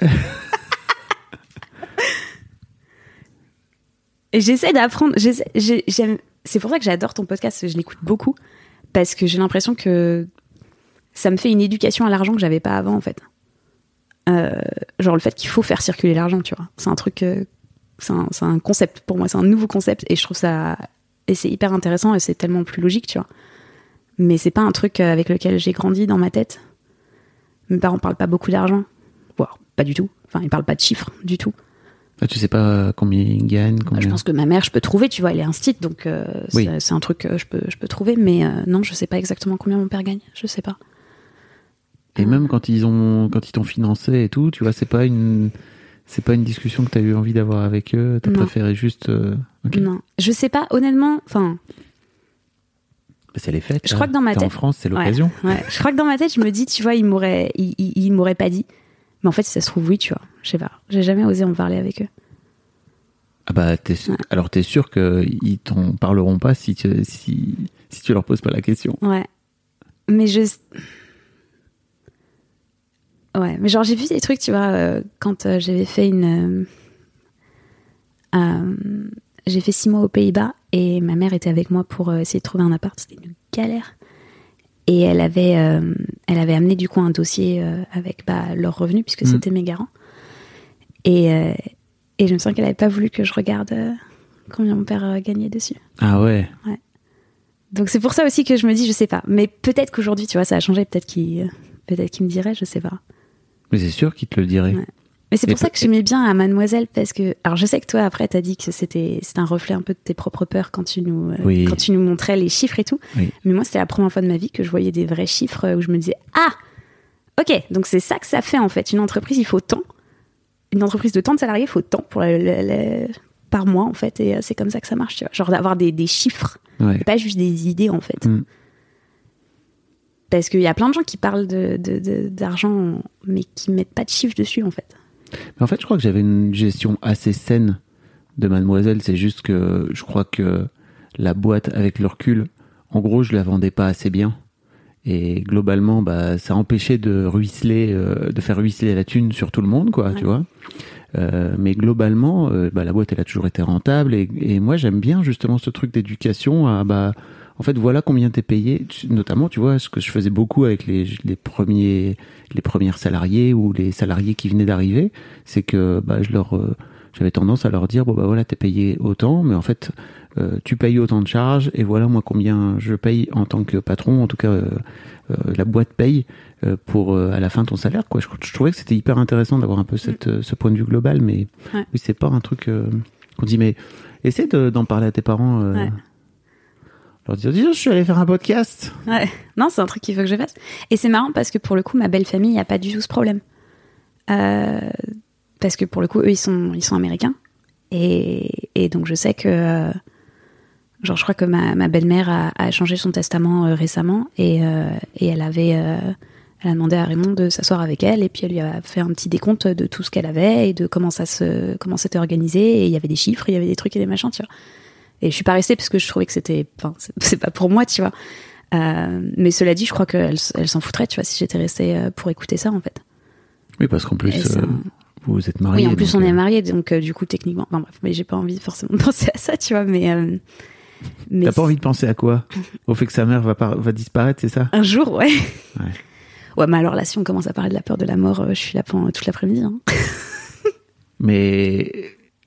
Et j'essaie d'apprendre. J'essaie, j'ai, j'aime, c'est pour ça que j'adore ton podcast. Je l'écoute beaucoup. Parce que j'ai l'impression que ça me fait une éducation à l'argent que j'avais pas avant, en fait. Euh, genre le fait qu'il faut faire circuler l'argent, tu vois. C'est un truc. Euh, c'est, un, c'est un concept pour moi. C'est un nouveau concept. Et je trouve ça. Et c'est hyper intéressant et c'est tellement plus logique, tu vois. Mais c'est pas un truc avec lequel j'ai grandi dans ma tête. Mes parents parlent pas beaucoup d'argent. Voire pas du tout. Enfin, ils parlent pas de chiffres du tout. Ah, tu sais pas combien ils gagnent combien... Je pense que ma mère, je peux trouver, tu vois, elle est instite, donc euh, oui. c'est, c'est un truc que je peux, je peux trouver. Mais euh, non, je sais pas exactement combien mon père gagne. Je sais pas. Et euh... même quand ils ont, quand ils t'ont financé et tout, tu vois, c'est pas une... C'est pas une discussion que t'as eu envie d'avoir avec eux. T'as non. préféré juste. Euh... Okay. Non, je sais pas. Honnêtement, enfin. C'est les fêtes. Je crois que dans ma T'es tête. En France, c'est l'occasion. Ouais, ouais. Je crois que dans ma tête, je me dis, tu vois, ils m'auraient, ils, ils, ils m'auraient pas dit. Mais en fait, si ça se trouve, oui, tu vois. Je sais pas. J'ai jamais osé en parler avec eux. Ah bah, t'es, ouais. alors t'es sûr qu'ils t'en parleront pas si tu, si, si tu leur poses pas la question. Ouais. Mais je. Ouais, mais genre j'ai vu des trucs, tu vois, euh, quand euh, j'avais fait une... Euh, euh, j'ai fait six mois aux Pays-Bas et ma mère était avec moi pour euh, essayer de trouver un appart, c'était une galère. Et elle avait, euh, elle avait amené du coup un dossier euh, avec bah, leurs revenus, puisque mmh. c'était mes garants. Et, euh, et je me sens qu'elle avait pas voulu que je regarde euh, combien mon père euh, gagnait dessus. Ah ouais. Ouais. Donc c'est pour ça aussi que je me dis, je sais pas. Mais peut-être qu'aujourd'hui, tu vois, ça a changé, peut-être qu'il, peut-être qu'il me dirait, je sais pas. Mais c'est sûr qu'il te le dirait. Ouais. Mais c'est pour et ça que j'aimais bien à Mademoiselle, parce que, alors je sais que toi après t'as dit que c'était, c'était un reflet un peu de tes propres peurs quand tu nous, euh, oui. quand tu nous montrais les chiffres et tout. Oui. Mais moi c'était la première fois de ma vie que je voyais des vrais chiffres où je me disais, ah, ok, donc c'est ça que ça fait en fait. Une entreprise, il faut tant. Une entreprise de tant de salariés, il faut tant pour la, la, la, par mois en fait, et c'est comme ça que ça marche, tu vois. Genre d'avoir des, des chiffres, ouais. et pas juste des idées en fait. Mm. Parce qu'il y a plein de gens qui parlent de, de, de, d'argent, mais qui mettent pas de chiffres dessus en fait. Mais en fait, je crois que j'avais une gestion assez saine de Mademoiselle. C'est juste que je crois que la boîte, avec le recul, en gros, je la vendais pas assez bien. Et globalement, bah, ça empêchait de ruisseler, euh, de faire ruisseler la thune sur tout le monde, quoi, ouais. tu vois. Euh, mais globalement, euh, bah, la boîte, elle a toujours été rentable. Et, et moi, j'aime bien justement ce truc d'éducation à, bah, en fait, voilà combien t'es payé. Notamment, tu vois, ce que je faisais beaucoup avec les, les premiers, les premières salariés ou les salariés qui venaient d'arriver, c'est que, bah, je leur, j'avais tendance à leur dire bon bah voilà, t'es payé autant, mais en fait euh, tu payes autant de charges et voilà moi combien je paye en tant que patron, en tout cas euh, euh, la boîte paye euh, pour euh, à la fin ton salaire quoi. Je, je trouvais que c'était hyper intéressant d'avoir un peu cette, mmh. ce point de vue global, mais ouais. oui, c'est pas un truc euh, qu'on dit, mais essaie de, d'en parler à tes parents. Euh, ouais. Leur dire, dis, je suis allé faire un podcast. Ouais. Non, c'est un truc qu'il faut que je fasse. Et c'est marrant parce que pour le coup, ma belle famille n'a pas du tout ce problème. Euh, parce que pour le coup, eux, ils sont, ils sont américains. Et, et donc, je sais que... Euh, genre, je crois que ma, ma belle-mère a, a changé son testament euh, récemment. Et, euh, et elle avait... Euh, elle a demandé à Raymond de s'asseoir avec elle. Et puis, elle lui a fait un petit décompte de tout ce qu'elle avait et de comment ça se, comment c'était organisé. Et il y avait des chiffres, il y avait des trucs et des machins, tu vois. Et je suis pas restée parce que je trouvais que c'était, enfin, c'est, c'est pas pour moi, tu vois. Euh, mais cela dit, je crois qu'elle elle s'en foutrait, tu vois, si j'étais restée pour écouter ça, en fait. Oui, parce qu'en plus, ça... euh, vous êtes mariés. Oui, en plus, donc, on euh... est mariés, donc euh, du coup, techniquement, enfin bref, mais j'ai pas envie forcément de penser à ça, tu vois, mais. Euh, mais T'as pas envie de penser à quoi ? Au fait que sa mère va, par... va disparaître, c'est ça ? Un jour, ouais. Ouais. Ouais, mais alors là, si on commence à parler de la peur de la mort, euh, je suis là pendant toute l'après-midi. Hein. Mais.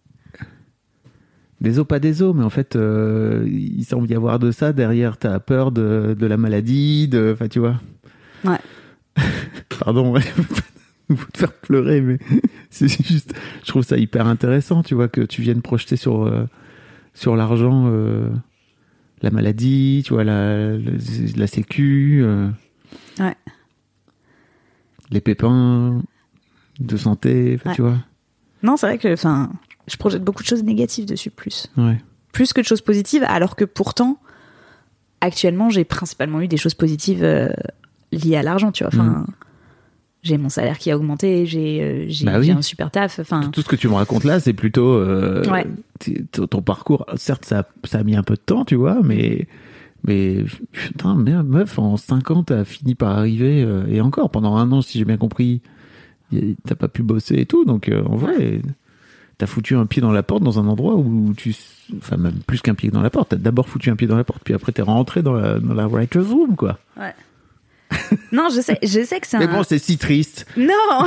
Des os, pas des os, mais en fait, euh, il semble y avoir de ça. Derrière, t'as peur de, de la maladie, de, enfin, tu vois. Ouais. Pardon, ouais, vous te faire pleurer, mais c'est juste, je trouve ça hyper intéressant, tu vois, que tu viennes projeter sur, euh, sur l'argent, euh, la maladie, tu vois, la, la, la sécu, euh, ouais. les pépins de santé, ouais. Tu vois. Non, c'est vrai que, enfin, je projette beaucoup de choses négatives dessus, plus. Ouais. Plus que de choses positives, alors que pourtant, actuellement, j'ai principalement eu des choses positives euh, liées à l'argent, tu vois. Enfin, mmh. J'ai mon salaire qui a augmenté, j'ai, euh, j'ai, bah oui. j'ai un super taf. Enfin, tout ce que tu me racontes là, c'est plutôt euh, ouais. ton parcours. Certes, ça, ça a mis un peu de temps, tu vois, mais mais putain, meuf, en cinq ans, t'as fini par arriver euh, et encore pendant un an, si j'ai bien compris, t'as pas pu bosser et tout, donc euh, en vrai. Ouais. T'as foutu un pied dans la porte dans un endroit où tu... Enfin, même plus qu'un pied dans la porte. T'as d'abord foutu un pied dans la porte, puis après t'es rentré dans la, dans la writer's room, quoi. Ouais. Non, je sais, je sais que c'est Mais un... bon, c'est si triste. Non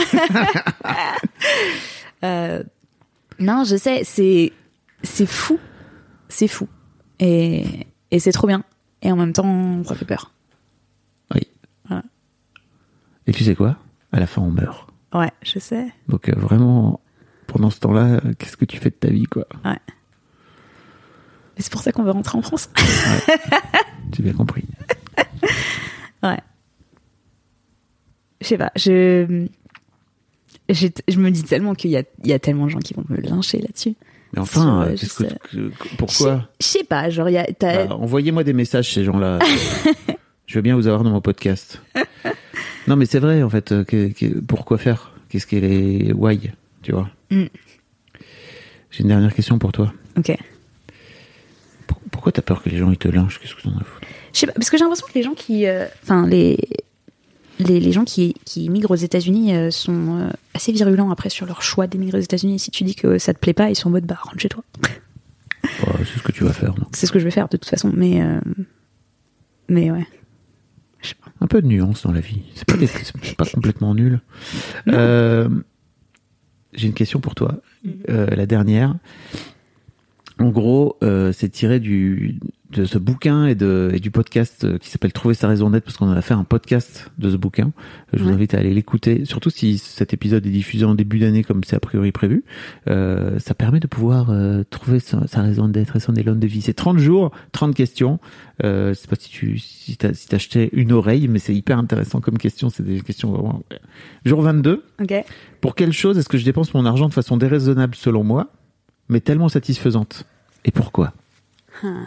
euh, Non, je sais, c'est... C'est fou. C'est fou. Et, et c'est trop bien. Et en même temps, ça fait peur. Oui. Voilà. Et tu sais quoi ? À la fin, on meurt. Ouais, je sais. Donc, euh, vraiment... Pendant ce temps-là, qu'est-ce que tu fais de ta vie, quoi ? Ouais. Et c'est pour ça qu'on veut rentrer en France. Ouais. J'ai bien compris. Ouais. Je sais pas, je... je... Je me dis tellement qu'il y a, il y a tellement de gens qui vont me lyncher là-dessus. Mais enfin, Sur, qu'est-ce juste... que, pourquoi ? Je sais pas, genre, il y a... T'as... Bah, envoyez-moi des messages, ces gens-là. Je veux bien vous avoir dans mon podcast. Non, mais c'est vrai, en fait. Que, que, pourquoi faire ? Qu'est-ce qu'elle est... Why ? Tu vois. Mm. J'ai une dernière question pour toi. Ok. Pour, pourquoi t'as peur que les gens ils te lynchent ? Qu'est-ce que t'en as à foutre ? Je sais pas, parce que j'ai l'impression que les gens qui, enfin euh, les, les les gens qui qui migrent aux États-Unis euh, sont euh, assez virulents après sur leur choix d'émigrer aux États-Unis. Si tu dis que ça te plaît pas, ils sont en mode bah rentre chez toi. Oh, c'est ce que tu vas faire, non ? C'est ce que je vais faire de toute façon, mais euh, mais ouais. Je sais pas. Un peu de nuance dans la vie. C'est pas des, c'est pas complètement nul. Euh, J'ai une question pour toi, euh, la dernière. En gros, euh, c'est tiré du, de ce bouquin et, de, et du podcast qui s'appelle Trouver sa raison d'être, parce qu'on a fait un podcast de ce bouquin. Je vous ouais. invite à aller l'écouter, surtout si cet épisode est diffusé en début d'année comme c'est a priori prévu. Euh, ça permet de pouvoir euh, trouver sa, sa raison d'être et son élan de vie. C'est trente jours, trente questions. Euh, je sais pas si tu si t'as, si t'achetais une oreille, mais c'est hyper intéressant comme question. C'est des questions vraiment... Jour vingt-deux. Okay. Pour quelle chose est-ce que je dépense mon argent de façon déraisonnable selon moi, mais tellement satisfaisante ? Et pourquoi ? Huh.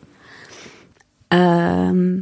Euh...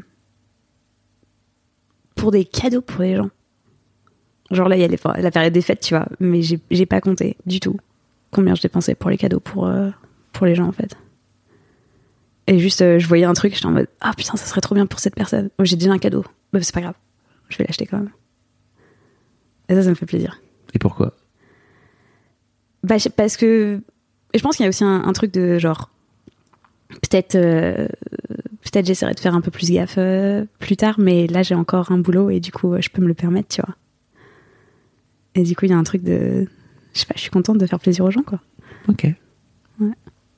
Pour des cadeaux pour les gens. Genre là, il y a les, la période des fêtes, tu vois, mais j'ai, j'ai pas compté du tout combien je dépensais pour les cadeaux pour, euh, pour les gens, en fait. Et juste, euh, je voyais un truc, j'étais en mode « Ah putain, ça serait trop bien pour cette personne. Oh, j'ai déjà un cadeau. Bah, c'est pas grave. Je vais l'acheter quand même. » Et ça, ça me fait plaisir. Et pourquoi ? Bah, parce que... Et je pense qu'il y a aussi un, un truc de genre... Peut-être, euh, peut-être j'essaierai de faire un peu plus gaffe euh, plus tard, mais là, j'ai encore un boulot et du coup, euh, je peux me le permettre, tu vois. Et du coup, il y a un truc de... Je sais pas, je suis contente de faire plaisir aux gens, quoi. Ok. Ouais.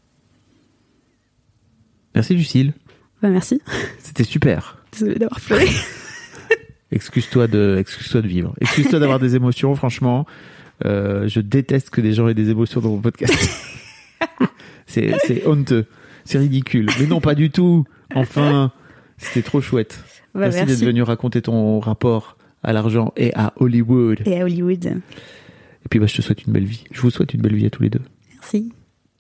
Merci Lucille. Bah merci. C'était super. Désolée d'avoir pleuré. Excuse-toi de, excuse-toi de vivre. Excuse-toi d'avoir des émotions, franchement. Euh, je déteste que des gens aient des émotions dans mon podcast. c'est, c'est honteux. C'est ridicule. Mais non, pas du tout. Enfin, c'était trop chouette. Bah, merci, merci d'être venu raconter ton rapport à l'argent et à Hollywood. Et à Hollywood. Et puis, bah, je te souhaite une belle vie. Je vous souhaite une belle vie à tous les deux. Merci.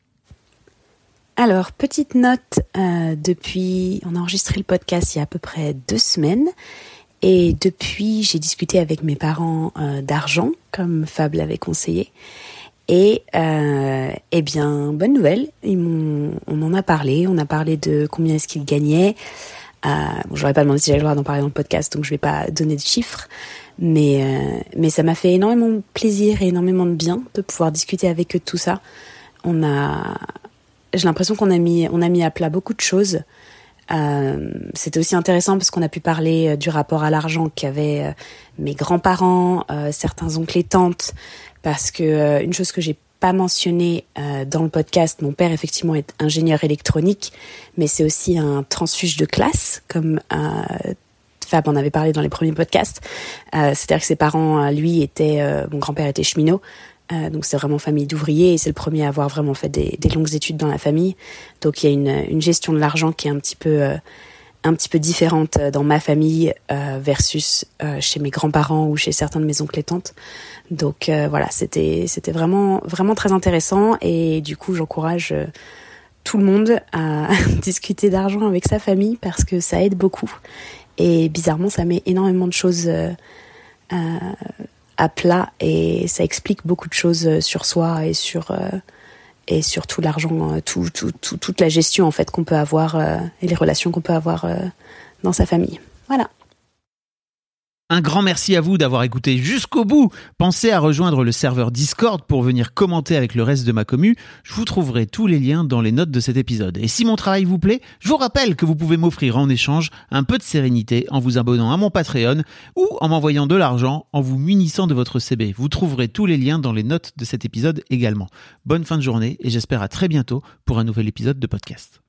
Alors, petite note, euh, depuis, on a enregistré le podcast il y a à peu près deux semaines. Et depuis, j'ai discuté avec mes parents euh, d'argent, comme Fab l'avait conseillé. Et euh, eh bien, bonne nouvelle, ils m'ont, on en a parlé. On a parlé de combien est-ce qu'ils gagnaient. Euh, bon, j'aurais pas demandé si j'avais le droit d'en parler dans le podcast, donc je vais pas donner de chiffres. Mais euh, mais ça m'a fait énormément de plaisir et énormément de bien de pouvoir discuter avec eux de tout ça. On a, j'ai l'impression qu'on a mis, on a mis à plat beaucoup de choses. Euh, c'était aussi intéressant parce qu'on a pu parler euh, du rapport à l'argent qu'avaient euh, mes grands-parents, euh, certains oncles et tantes, parce que euh, une chose que j'ai pas mentionnée euh, dans le podcast, mon père effectivement est ingénieur électronique, mais c'est aussi un transfuge de classe, comme euh, Fab en avait parlé dans les premiers podcasts. Euh, c'est-à-dire que ses parents, euh, lui, étaient, euh, mon grand-père était cheminot. Euh, donc c'est vraiment famille d'ouvriers et c'est le premier à avoir vraiment fait des, des longues études dans la famille. Donc il y a une, une gestion de l'argent qui est un petit peu, euh, un petit peu différente dans ma famille euh, versus euh, chez mes grands-parents ou chez certains de mes oncles et tantes. Donc euh, voilà, c'était, c'était vraiment, vraiment très intéressant et du coup j'encourage euh, tout le monde à discuter d'argent avec sa famille parce que ça aide beaucoup. Et bizarrement, ça met énormément de choses euh, euh, à plat et ça explique beaucoup de choses sur soi et sur euh, et sur tout l'argent, tout, tout, tout, toute la gestion en fait qu'on peut avoir euh, et les relations qu'on peut avoir euh, dans sa famille. Voilà. Un grand merci à vous d'avoir écouté jusqu'au bout. Pensez à rejoindre le serveur Discord pour venir commenter avec le reste de ma commu. Je vous trouverai tous les liens dans les notes de cet épisode. Et si mon travail vous plaît, je vous rappelle que vous pouvez m'offrir en échange un peu de sérénité en vous abonnant à mon Patreon ou en m'envoyant de l'argent en vous munissant de votre C B. Vous trouverez tous les liens dans les notes de cet épisode également. Bonne fin de journée et j'espère à très bientôt pour un nouvel épisode de podcast.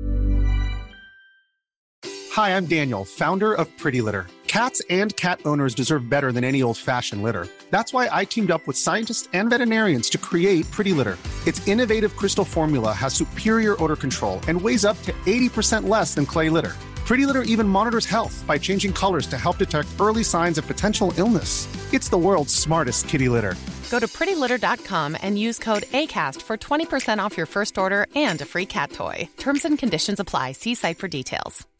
Hi, I'm Daniel, founder of Pretty Litter. Cats and cat owners deserve better than any old-fashioned litter. That's why I teamed up with scientists and veterinarians to create Pretty Litter. Its innovative crystal formula has superior odor control and weighs up to eighty percent less than clay litter. Pretty Litter even monitors health by changing colors to help detect early signs of potential illness. It's the world's smartest kitty litter. Go to pretty litter dot com and use code ACAST for twenty percent off your first order and a free cat toy. Terms and conditions apply. See site for details.